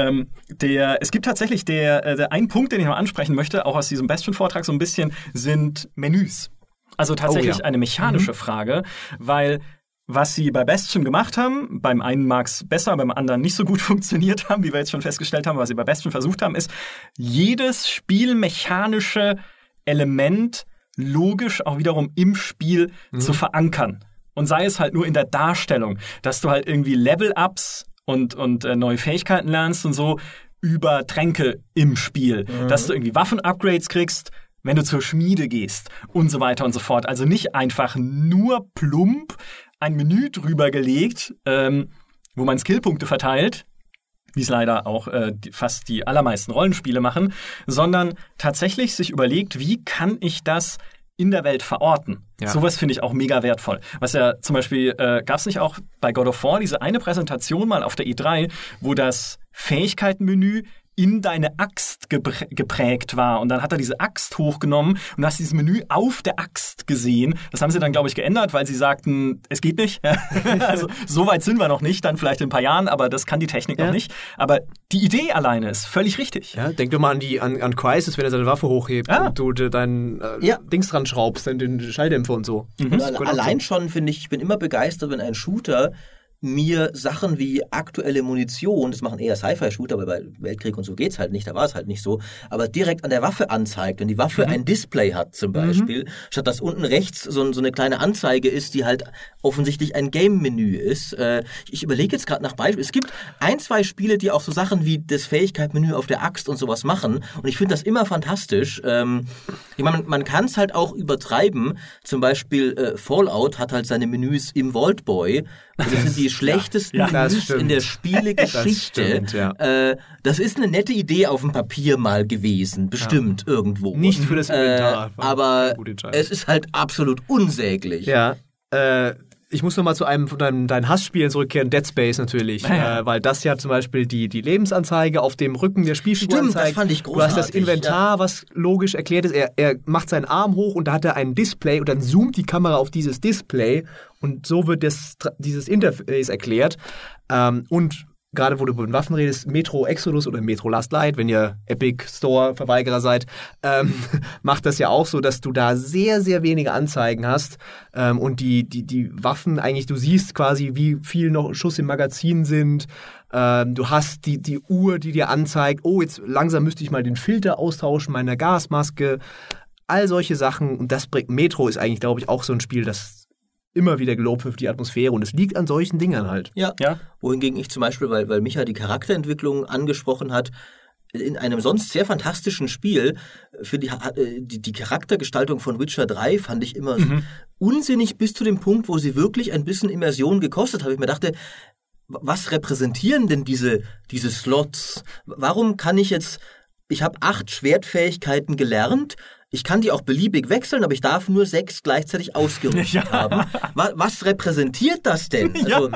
Es gibt tatsächlich ein Punkt, den ich noch ansprechen möchte, auch aus diesem Bastion-Vortrag so ein bisschen, sind Menüs. Also tatsächlich eine mechanische Frage, weil was sie bei Bastion gemacht haben, beim einen mag es besser, beim anderen nicht so gut funktioniert haben, wie wir jetzt schon festgestellt haben, was sie bei Bastion versucht haben, ist, jedes spielmechanische Element logisch auch wiederum im Spiel zu verankern. Und sei es halt nur in der Darstellung, dass du halt irgendwie Level-Ups und neue Fähigkeiten lernst und so über Tränke im Spiel. Dass du irgendwie Waffen-Upgrades kriegst, wenn du zur Schmiede gehst und so weiter und so fort. Also nicht einfach nur plump ein Menü drüber gelegt, wo man Skillpunkte verteilt, wie es leider auch fast die allermeisten Rollenspiele machen, sondern tatsächlich sich überlegt, wie kann ich das in der Welt verorten. Ja. Sowas finde ich auch mega wertvoll. Was ja zum Beispiel, gab es nicht auch bei God of War diese eine Präsentation mal auf der E3, wo das Fähigkeitenmenü in deine Axt geprägt war. Und dann hat er diese Axt hochgenommen und du hast dieses Menü auf der Axt gesehen. Das haben sie dann, glaube ich, geändert, weil sie sagten, es geht nicht. Also so weit sind wir noch nicht, dann vielleicht in ein paar Jahren, aber das kann die Technik noch nicht. Aber die Idee alleine ist völlig richtig. Ja, denk doch mal an Crisis, wenn er seine Waffe hochhebt und du dein Dings dran schraubst, den Schalldämpfer und so. Allein schon, finde ich bin immer begeistert, wenn ein Shooter mir Sachen wie aktuelle Munition, das machen eher Sci-Fi-Shooter, aber bei Weltkrieg und so geht's halt nicht, da war es halt nicht so, aber direkt an der Waffe anzeigt, wenn die Waffe ein Display hat zum Beispiel, statt dass unten rechts so eine kleine Anzeige ist, die halt offensichtlich ein Game-Menü ist. Ich überlege jetzt gerade nach Beispielen. Es gibt 1-2 Spiele, die auch so Sachen wie das Fähigkeitsmenü auf der Axt und sowas machen und ich finde das immer fantastisch. Ich meine, man kann es halt auch übertreiben, zum Beispiel Fallout hat halt seine Menüs im Vault Boy Das sind die schlechtesten Menüs in der Spielegeschichte. Das stimmt, ja. Das ist eine nette Idee auf dem Papier mal gewesen, bestimmt irgendwo. Nicht für das Inventar. Aber es ist halt absolut unsäglich. Ja, ich muss nochmal zu einem von deinen Hassspielen zurückkehren, Dead Space natürlich, weil das ja zum Beispiel die Lebensanzeige auf dem Rücken der Spielfigur anzeigt. Stimmt, das fand ich großartig. Du hast das Inventar, was logisch erklärt ist. Er macht seinen Arm hoch und da hat er ein Display und dann zoomt die Kamera auf dieses Display und so wird dieses Interface erklärt. Und gerade wo du über Waffen redest, Metro Exodus oder Metro Last Light, wenn ihr Epic Store Verweigerer seid, macht das ja auch so, dass du da sehr, sehr wenige Anzeigen hast und die Waffen eigentlich, du siehst quasi, wie viel noch Schuss im Magazin sind. Du hast die Uhr, die dir anzeigt, oh, jetzt langsam müsste ich mal den Filter austauschen meiner Gasmaske. All solche Sachen. Und das bringt Metro ist eigentlich, glaube ich, auch so ein Spiel, das immer wieder gelobt wird für die Atmosphäre und es liegt an solchen Dingern halt. Ja. Wohingegen ich zum Beispiel, weil Micha die Charakterentwicklung angesprochen hat, in einem sonst sehr fantastischen Spiel, für die Charaktergestaltung von Witcher 3 fand ich immer unsinnig bis zu dem Punkt, wo sie wirklich ein bisschen Immersion gekostet hat. Ich mir dachte, was repräsentieren denn diese Slots? Warum kann ich habe 8 Schwertfähigkeiten gelernt, ich kann die auch beliebig wechseln, aber ich darf nur 6 gleichzeitig ausgerüstet haben. Was repräsentiert das denn? Also,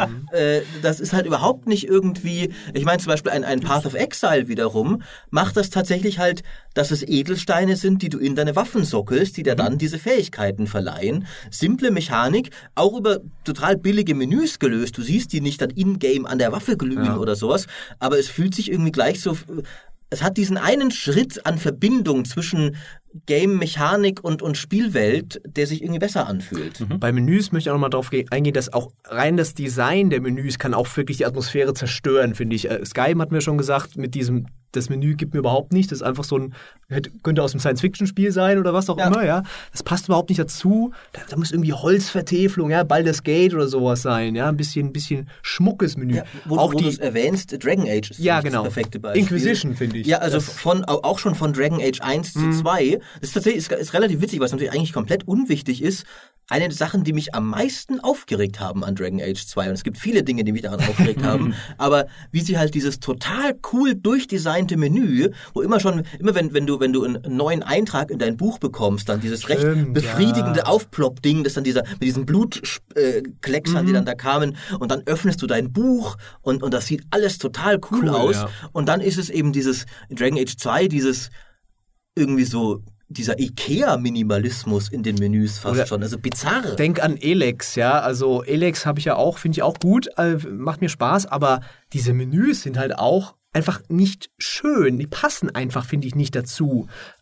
das ist halt überhaupt nicht irgendwie, ich meine zum Beispiel ein Path of Exile wiederum, macht das tatsächlich halt, dass es Edelsteine sind, die du in deine Waffen sockelst, die dir dann diese Fähigkeiten verleihen. Simple Mechanik, auch über total billige Menüs gelöst. Du siehst die nicht dann in-game an der Waffe glühen oder sowas, aber es fühlt sich irgendwie gleich so... Es hat diesen einen Schritt an Verbindung zwischen Game-Mechanik und Spielwelt, der sich irgendwie besser anfühlt. Bei Menüs möchte ich auch nochmal darauf eingehen, dass auch rein das Design der Menüs kann auch wirklich die Atmosphäre zerstören, finde ich. Skyrim hat mir schon gesagt, mit diesem, das Menü gibt mir überhaupt nicht, das ist einfach so könnte aus einem Science-Fiction-Spiel sein oder was auch immer, ja. Das passt überhaupt nicht dazu. Da muss irgendwie Holzvertäfelung, ja, Baldur's Gate oder sowas sein, ja, ein bisschen schmuckes Menü. Ja, wo du es erwähnst, Dragon Age ist das perfekte Beispiel. Inquisition, finde ich. Ja, also auch schon von Dragon Age 1 zu 2. Das ist tatsächlich ist relativ witzig, was natürlich eigentlich komplett unwichtig ist. Eine der Sachen, die mich am meisten aufgeregt haben an Dragon Age 2, und es gibt viele Dinge, die mich daran aufgeregt haben, aber wie sie halt dieses total cool durchdesignte Menü, wo immer wenn du einen neuen Eintrag in dein Buch bekommst, dann dieses recht befriedigende Aufplopp-Ding, das dann mit diesen Blutklecksern, die dann da kamen, und dann öffnest du dein Buch und das sieht alles total cool aus. Ja. Und dann ist es eben in Dragon Age 2 irgendwie so dieser Ikea-Minimalismus in den Menüs fast schon, also bizarr. Denk an Elex, ja, also Elex habe ich ja auch, finde ich auch gut, macht mir Spaß, aber diese Menüs sind halt auch einfach nicht schön, die passen einfach, finde ich, nicht dazu.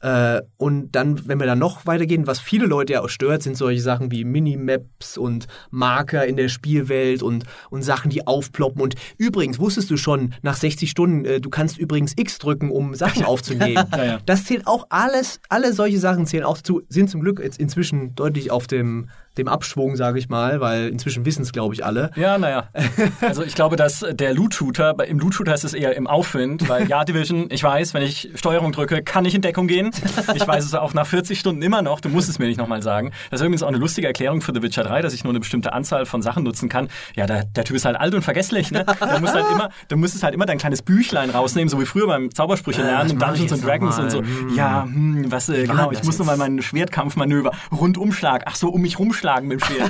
Und dann, wenn wir dann noch weitergehen, was viele Leute ja auch stört, sind solche Sachen wie Minimaps und Marker in der Spielwelt und Sachen, die aufploppen. Und übrigens, wusstest du schon, nach 60 Stunden, du kannst übrigens X drücken, um Sachen aufzunehmen. Ja. Das zählt auch alle solche Sachen zählen auch dazu, sind zum Glück jetzt inzwischen deutlich auf dem Abschwung, sage ich mal, weil inzwischen wissen es, glaube ich, alle. Ja, naja. Also ich glaube, dass der Loot-Shooter, im Loot-Shooter ist es eher im Aufwind, weil Division, ich weiß, wenn ich Steuerung drücke, kann ich in Deckung gehen. Ich weiß es auch nach 40 Stunden immer noch, du musst es mir nicht nochmal sagen. Das ist übrigens auch eine lustige Erklärung für The Witcher 3, dass ich nur eine bestimmte Anzahl von Sachen nutzen kann. Ja, der Typ ist halt alt und vergesslich, ne? Du müsstest halt immer dein kleines Büchlein rausnehmen, so wie früher beim Zaubersprüche lernen und Dungeons and Dragons und so. Ja, genau, ich muss nochmal mein Schwertkampfmanöver, Rundumschlag, ach so, um mich rumschlagen mit dem Schwert.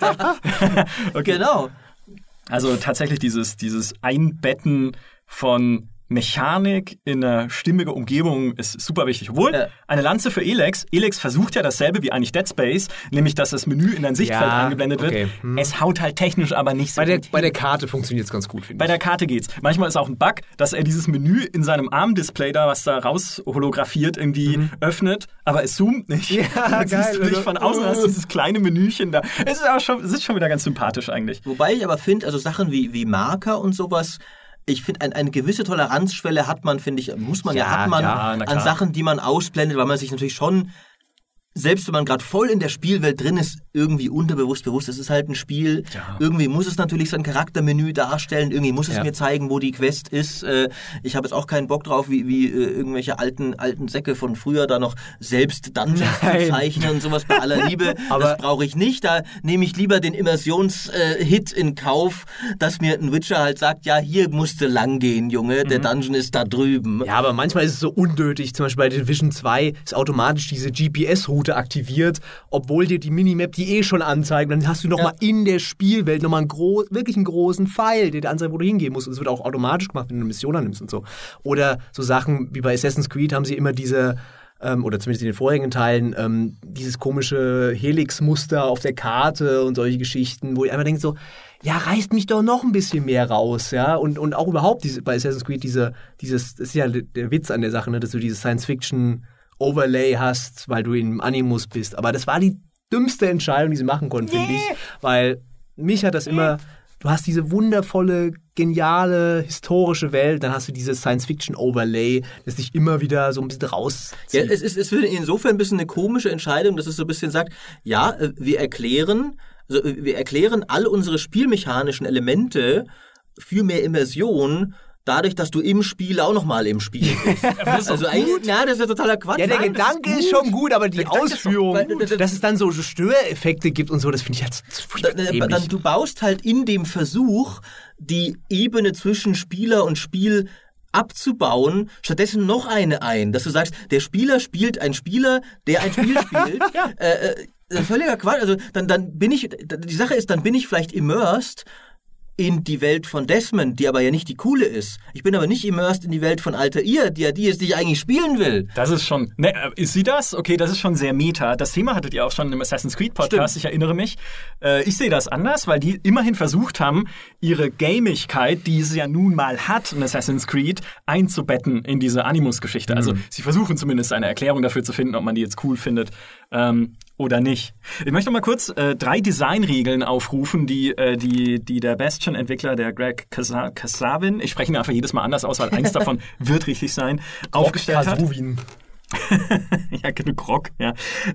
Okay. Genau. Also tatsächlich dieses Einbetten von Mechanik in eine stimmige Umgebung ist super wichtig. Obwohl, eine Lanze für Elex. Elex versucht ja dasselbe wie eigentlich Dead Space, nämlich dass das Menü in dein Sichtfeld eingeblendet wird. Es haut halt technisch aber nicht so gut. Bei der Karte funktioniert es ganz gut, finde ich. Bei der Karte geht's. Manchmal ist auch ein Bug, dass er dieses Menü in seinem Armdisplay da, was da raus holographiert, irgendwie öffnet, aber es zoomt nicht. Ja, geil. Siehst du von außen hast du dieses kleine Menüchen da. Es ist schon wieder ganz sympathisch eigentlich. Wobei ich aber finde, also Sachen wie Marker und sowas, ich finde, eine gewisse Toleranzschwelle hat man, finde ich, an Sachen, die man ausblendet, weil man sich natürlich schon selbst wenn man gerade voll in der Spielwelt drin ist, irgendwie unterbewusst, bewusst, es ist halt ein Spiel. Ja. Irgendwie muss es natürlich sein Charaktermenü darstellen, irgendwie muss es mir zeigen, wo die Quest ist. Ich habe jetzt auch keinen Bock drauf, wie irgendwelche alten Säcke von früher da noch selbst Dungeons zu zeichnen und sowas bei aller Liebe. Aber das brauche ich nicht. Da nehme ich lieber den Immersions-Hit in Kauf, dass mir ein Witcher halt sagt, ja, hier musst du lang gehen, Junge, der Dungeon ist da drüben. Ja, aber manchmal ist es so unnötig. Zum Beispiel bei Division 2 ist automatisch diese GPS-Route aktiviert, obwohl dir die Minimap die schon anzeigt. Dann hast du nochmal in der Spielwelt nochmal wirklich einen großen Pfeil, der dir anzeigt, wo du hingehen musst. Und es wird auch automatisch gemacht, wenn du eine Mission annimmst und so. Oder so Sachen wie bei Assassin's Creed haben sie immer diese, oder zumindest in den vorherigen Teilen, dieses komische Helix-Muster auf der Karte und solche Geschichten, wo ich einfach denke so, ja, reißt mich doch noch ein bisschen mehr raus, ja, und auch überhaupt bei Assassin's Creed dieses, das ist ja der Witz an der Sache, ne, dass du dieses Science-Fiction-Overlay hast, weil du im Animus bist, aber das war die dümmste Entscheidung, die sie machen konnten, finde ich, weil mich hat das immer, du hast diese wundervolle, geniale, historische Welt, dann hast du dieses Science-Fiction-Overlay, das dich immer wieder so ein bisschen rauszieht. Ja, es wird insofern ein bisschen eine komische Entscheidung, dass es so ein bisschen sagt, ja, wir erklären all unsere spielmechanischen Elemente für mehr Immersion dadurch, dass du im Spiel auch nochmal im Spiel bist. Also eigentlich, das ist ja totaler Quatsch. Ja, der Gedanke ist schon gut, aber die Ausführung, dass es dann so Störeffekte gibt und so, das finde ich jetzt du baust halt in dem Versuch, die Ebene zwischen Spieler und Spiel abzubauen, stattdessen noch eine ein, dass du sagst, der Spieler spielt ein Spieler, der ein Spiel spielt. Völliger Quatsch. Also die Sache ist, dann bin ich vielleicht immersed in die Welt von Desmond, die aber ja nicht die coole ist. Ich bin aber nicht immersed in die Welt von Altair, die ist, die ich eigentlich spielen will. Das ist schon... Ne, ist sie das? Okay, das ist schon sehr meta. Das Thema hattet ihr auch schon im Assassin's Creed Podcast, Stimmt. Ich erinnere mich. Ich sehe das anders, weil die immerhin versucht haben, ihre Gamigkeit, die sie ja nun mal hat in Assassin's Creed, einzubetten in diese Animus-Geschichte. Also sie versuchen zumindest eine Erklärung dafür zu finden, ob man die jetzt cool findet. Oder nicht. Ich möchte mal kurz 3 Designregeln aufrufen, die der Bastion-Entwickler, der Greg Kasavin, ich spreche ihn einfach jedes Mal anders aus, weil eins davon wird richtig sein, aufgestellt hat. Ja, Grog, ja.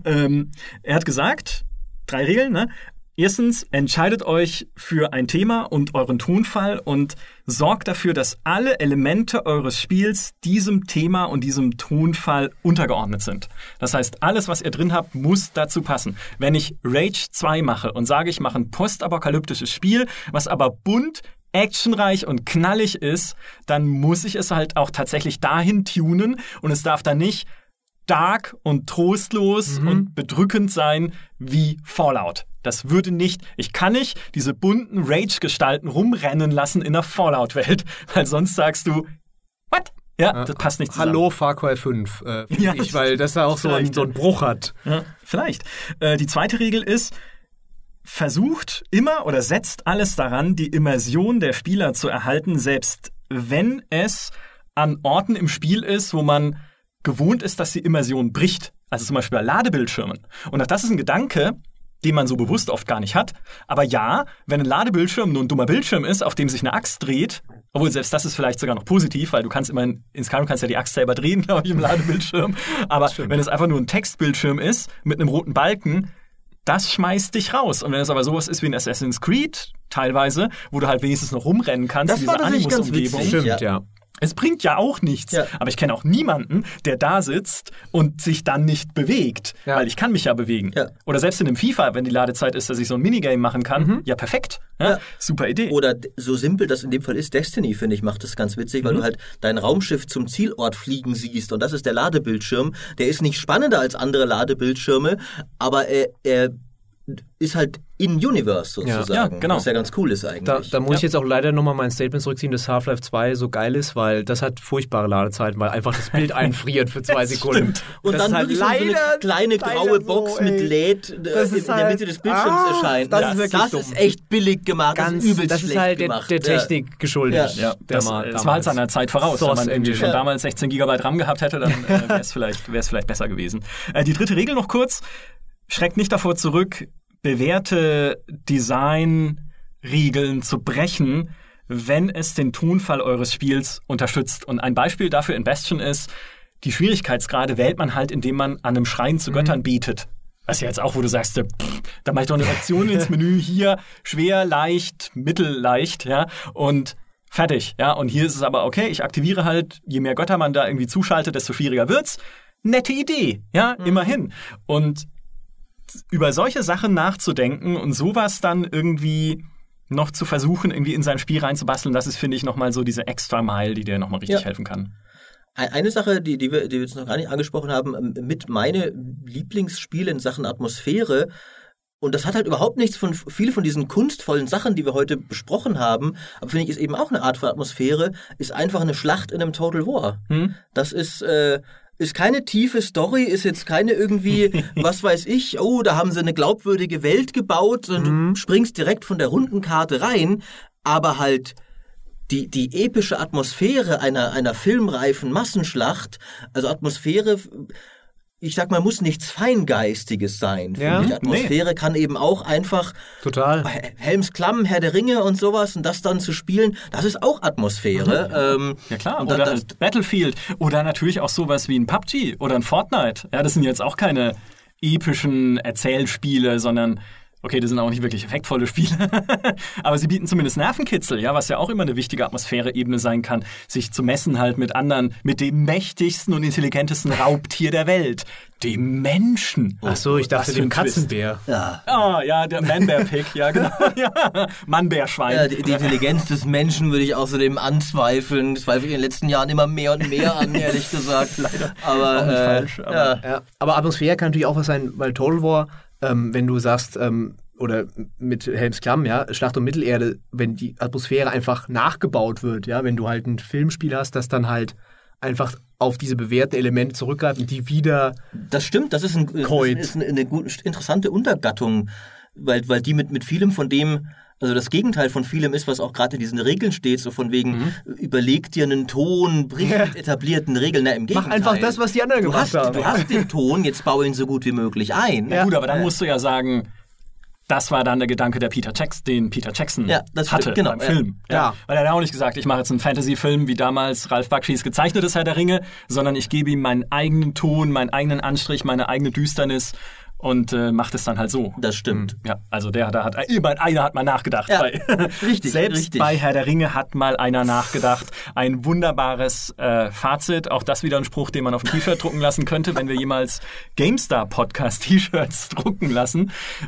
Er hat gesagt, 3 Regeln, ne? Erstens, entscheidet euch für ein Thema und euren Tonfall und sorgt dafür, dass alle Elemente eures Spiels diesem Thema und diesem Tonfall untergeordnet sind. Das heißt, alles, was ihr drin habt, muss dazu passen. Wenn ich Rage 2 mache und sage, ich mache ein postapokalyptisches Spiel, was aber bunt, actionreich und knallig ist, dann muss ich es halt auch tatsächlich dahin tunen und es darf dann nicht dark und trostlos und bedrückend sein wie Fallout. Das würde nicht, ich kann nicht diese bunten Rage-Gestalten rumrennen lassen in der Fallout-Welt, weil sonst sagst du, what? Ja, das passt nicht zusammen. Hallo Far Cry 5, ich, weil das da auch so einen Bruch hat. Ja, vielleicht. Die zweite Regel ist, versucht immer oder setzt alles daran, die Immersion der Spieler zu erhalten, selbst wenn es an Orten im Spiel ist, wo man gewohnt ist, dass die Immersion bricht. Also zum Beispiel bei Ladebildschirmen. Und auch das ist ein Gedanke, den man so bewusst oft gar nicht hat. Aber ja, wenn ein Ladebildschirm nur ein dummer Bildschirm ist, auf dem sich eine Axt dreht, obwohl selbst das ist vielleicht sogar noch positiv, weil du kannst immer in Skyrim kannst ja die Axt selber drehen, glaube ich, im Ladebildschirm. Aber wenn es einfach nur ein Textbildschirm ist mit einem roten Balken, das schmeißt dich raus. Und wenn es aber sowas ist wie ein Assassin's Creed teilweise, wo du halt wenigstens noch rumrennen kannst, das in dieser Animus-Umgebung. Stimmt, ja. Es bringt ja auch nichts. Ja. Aber ich kenne auch niemanden, der da sitzt und sich dann nicht bewegt. Ja. Weil ich kann mich ja bewegen. Ja. Oder selbst in einem FIFA, wenn die Ladezeit ist, dass ich so ein Minigame machen kann. Ja, perfekt. Ja. Super Idee. Oder so simpel das in dem Fall ist, Destiny, finde ich, macht das ganz witzig, weil du halt dein Raumschiff zum Zielort fliegen siehst. Und das ist der Ladebildschirm. Der ist nicht spannender als andere Ladebildschirme, aber er ist halt in-Universe sozusagen, ja, genau. Was ja ganz cool ist eigentlich. Da muss ich jetzt auch leider nochmal mein Statement zurückziehen, dass Half-Life 2 so geil ist, weil das hat furchtbare Ladezeiten, weil einfach das Bild einfriert für 2 Sekunden. Und dann halt wirklich so eine kleine graue Box mit LED in der Mitte des Bildschirms erscheint. Das ist echt billig gemacht, das ist übelst schlecht halt gemacht. Der Technik geschuldet. Ja. Das war halt seiner Zeit voraus. Wenn man irgendwie schon damals 16 GB RAM gehabt hätte, dann wäre es vielleicht besser gewesen. Die dritte Regel noch kurz. Schreckt nicht davor zurück, bewährte Designregeln zu brechen, wenn es den Tonfall eures Spiels unterstützt. Und ein Beispiel dafür in Bastion ist, die Schwierigkeitsgrade wählt man halt, indem man an einem Schrein zu Göttern betet. Was ja jetzt auch, wo du sagst, da mache ich doch eine Option ins Menü, hier schwer, leicht, mittelleicht, ja, und fertig, ja. Und hier ist es aber okay, ich aktiviere halt, je mehr Götter man da irgendwie zuschaltet, desto schwieriger wird's. Nette Idee, ja, immerhin. Und über solche Sachen nachzudenken und sowas dann irgendwie noch zu versuchen, irgendwie in sein Spiel reinzubasteln, das ist, finde ich, nochmal so diese extra Mile, die dir nochmal richtig helfen kann. Eine Sache, die wir jetzt noch gar nicht angesprochen haben, mit meine Lieblingsspiele in Sachen Atmosphäre, und das hat halt überhaupt nichts von viele von diesen kunstvollen Sachen, die wir heute besprochen haben, aber finde ich, ist eben auch eine Art von Atmosphäre, ist einfach eine Schlacht in einem Total War. Das ist keine tiefe Story, ist jetzt keine irgendwie, was weiß ich, oh, da haben sie eine glaubwürdige Welt gebaut und du springst direkt von der Rundenkarte rein, aber halt die epische Atmosphäre einer filmreifen Massenschlacht, also Atmosphäre, ich sag mal, muss nichts Feingeistiges sein. Ja, die Atmosphäre kann eben auch einfach total Helms Klamm, Herr der Ringe und sowas und das dann zu spielen, das ist auch Atmosphäre. Ja klar, oder halt Battlefield oder natürlich auch sowas wie ein PUBG oder ein Fortnite. Ja, das sind jetzt auch keine epischen Erzählspiele, sondern okay, das sind auch nicht wirklich effektvolle Spiele, aber sie bieten zumindest Nervenkitzel, ja, was ja auch immer eine wichtige Atmosphäre-Ebene sein kann, sich zu messen halt mit anderen, mit dem mächtigsten und intelligentesten Raubtier der Welt, dem Menschen. Ach so, ich dachte dem Katzenbär. Ja. Ah, ja, der Man-Bear-Pig, ja, genau. Ja. Mann-Bär-Schwein. Ja, die Intelligenz des Menschen würde ich außerdem anzweifeln. Das zweifle ich in den letzten Jahren immer mehr und mehr an, ehrlich gesagt. Leider. Aber, auch nicht falsch. Aber, ja. Aber Atmosphäre kann natürlich auch was sein, weil Total War, wenn du sagst, oder mit Helms Klamm, ja, Schlacht um Mittelerde, wenn die Atmosphäre einfach nachgebaut wird, ja, wenn du halt ein Filmspiel hast, das dann halt einfach auf diese bewährten Elemente zurückgreift und die wieder. Das stimmt, das ist eine interessante Untergattung, weil die mit vielem von dem, also das Gegenteil von vielem ist, was auch gerade in diesen Regeln steht, so von wegen, überleg dir einen Ton, brich mit etablierten Regeln. Na, im Gegenteil. Mach einfach das, was die anderen gemacht haben. Du hast den Ton, jetzt bau ihn so gut wie möglich ein. Ja. Gut, aber dann musst du ja sagen, das war dann der Gedanke, den Peter Jackson hatte beim Film. Ja. Weil er hat auch nicht gesagt, ich mache jetzt einen Fantasy-Film, wie damals Ralph Bakshi's gezeichnetes Herr der Ringe, sondern ich gebe ihm meinen eigenen Ton, meinen eigenen Anstrich, meine eigene Düsternis und macht es dann halt so. Das stimmt. Ja, also einer hat mal nachgedacht. Ja, richtig. Bei Herr der Ringe hat mal einer nachgedacht. Ein wunderbares Fazit. Auch das wieder ein Spruch, den man auf ein T-Shirt drucken lassen könnte, wenn wir jemals GameStar-Podcast-T-Shirts drucken lassen.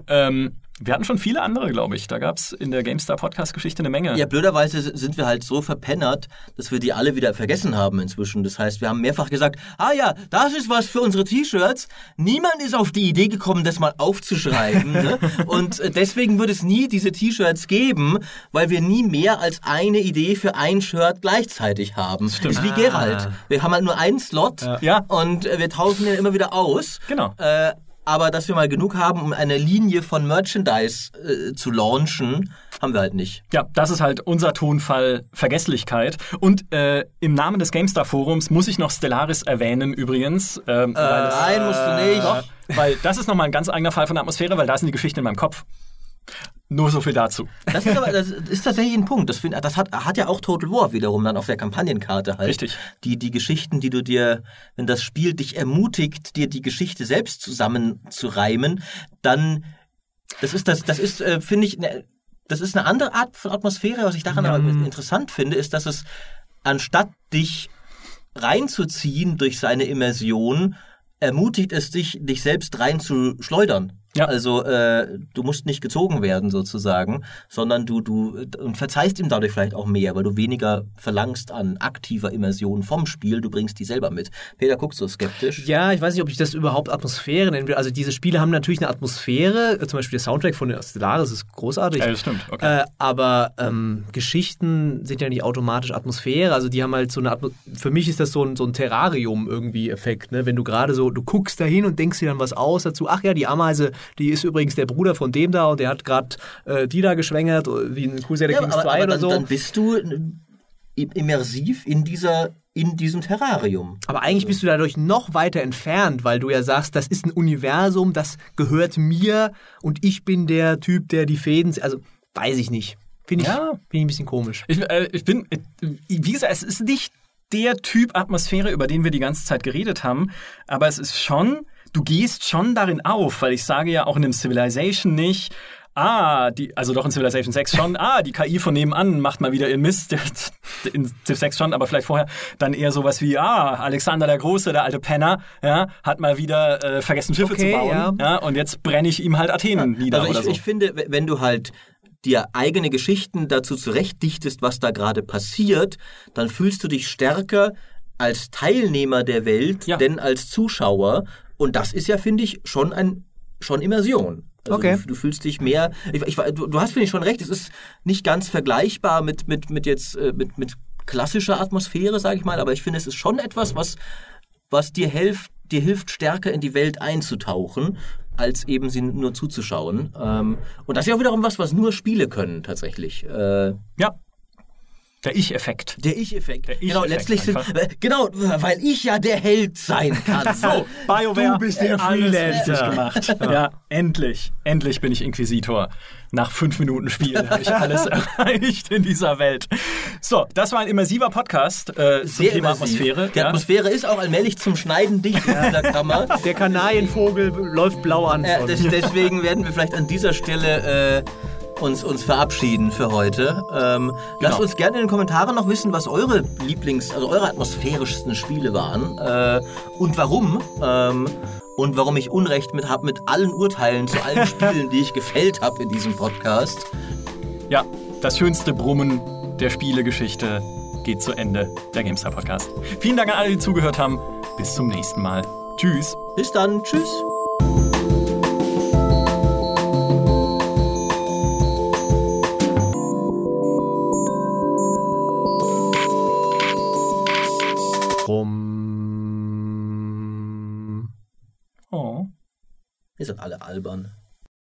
Wir hatten schon viele andere, glaube ich. Da gab es in der GameStar-Podcast-Geschichte eine Menge. Ja, blöderweise sind wir halt so verpennert, dass wir die alle wieder vergessen haben inzwischen. Das heißt, wir haben mehrfach gesagt, das ist was für unsere T-Shirts. Niemand ist auf die Idee gekommen, das mal aufzuschreiben. Ne? Und deswegen wird es nie diese T-Shirts geben, weil wir nie mehr als eine Idee für ein Shirt gleichzeitig haben. Das stimmt. Ist wie Geralt. Wir haben halt nur einen Slot und wir tauschen den immer wieder aus. Genau. Aber dass wir mal genug haben, um eine Linie von Merchandise zu launchen, haben wir halt nicht. Ja, das ist halt unser Tonfall Vergesslichkeit. Und im Namen des GameStar-Forums muss ich noch Stellaris erwähnen übrigens. Nein, musst du nicht. Doch, weil das ist nochmal ein ganz eigener Fall von der Atmosphäre, weil da sind die Geschichten in meinem Kopf. Nur so viel dazu. Das ist tatsächlich ein Punkt. Das hat ja auch Total War wiederum dann auf der Kampagnenkarte halt. Richtig. Die Geschichten, die du dir, wenn das Spiel dich ermutigt, dir die Geschichte selbst zusammenzureimen, dann, das ist, finde ich, das ist eine andere Art von Atmosphäre. Was ich daran aber interessant finde, ist, dass es anstatt dich reinzuziehen durch seine Immersion, ermutigt es dich selbst reinzuschleudern. Ja. Also du musst nicht gezogen werden sozusagen, sondern du verzeihst ihm dadurch vielleicht auch mehr, weil du weniger verlangst an aktiver Immersion vom Spiel, du bringst die selber mit. Peter guckt so skeptisch. Ja, ich weiß nicht, ob ich das überhaupt Atmosphäre nennen will. Also diese Spiele haben natürlich eine Atmosphäre, zum Beispiel der Soundtrack von Stellaris ist großartig. Ja, das stimmt. Okay. Aber Geschichten sind ja nicht automatisch Atmosphäre, also die haben halt so eine für mich ist das so ein Terrarium irgendwie Effekt, ne? Wenn du gerade so, du guckst da hin und denkst dir dann was aus dazu, ach ja, die Ameise, die ist übrigens der Bruder von dem da und der hat gerade die da geschwängert, wie in Crusader Kings 2 oder so. Dann bist du immersiv in diesem Terrarium. Aber eigentlich bist du dadurch noch weiter entfernt, weil du ja sagst, das ist ein Universum, das gehört mir und ich bin der Typ, der die Fäden... Also, weiß ich nicht. Finde ich ein bisschen komisch. Wie gesagt, es ist nicht der Typ Atmosphäre, über den wir die ganze Zeit geredet haben. Aber es ist schon, du gehst schon darin auf, weil ich sage ja auch in einem Civilization nicht, also doch in Civilization 6 schon, die KI von nebenan macht mal wieder ihren Mist, in Civ 6 schon, aber vielleicht vorher dann eher sowas wie, Alexander der Große, der alte Penner, ja, hat mal wieder vergessen, Schiffe zu bauen, ja, und jetzt brenne ich ihm halt Athen nieder also oder so. Ich finde, wenn du halt dir eigene Geschichten dazu zurechtdichtest, was da gerade passiert, dann fühlst du dich stärker als Teilnehmer der Welt, denn als Zuschauer. Und das ist ja, finde ich, schon Immersion. Also okay. Du fühlst dich mehr. Du hast, finde ich, schon recht. Es ist nicht ganz vergleichbar mit klassischer Atmosphäre, sage ich mal. Aber ich finde, es ist schon etwas, was dir hilft, stärker in die Welt einzutauchen, als eben sie nur zuzuschauen. Und das ist ja auch wiederum was nur Spiele können, tatsächlich. Ja. Der Ich-Effekt. Genau, letztlich weil ich ja der Held sein kann. So, BioWare, du bist der Freelancer. Gemacht. Ja, endlich bin ich Inquisitor. Nach 5 Minuten Spiel habe ich alles erreicht in dieser Welt. So, das war ein immersiver Podcast zum Thema Atmosphäre. Die Atmosphäre ist auch allmählich zum Schneiden dicht in dieser Kammer. Der Kanarienvogel läuft blau an. Deswegen werden wir vielleicht an dieser Stelle uns verabschieden für heute. Lasst uns gerne in den Kommentaren noch wissen, was eure eure atmosphärischsten Spiele waren und warum. Und warum ich Unrecht habe mit allen Urteilen zu allen Spielen, die ich gefällt habe in diesem Podcast. Ja, das schönste Brummen der Spielegeschichte geht zu Ende, der GameStar Podcast. Vielen Dank an alle, die zugehört haben. Bis zum nächsten Mal. Tschüss. Bis dann. Tschüss. Oh. Ihr seid alle albern.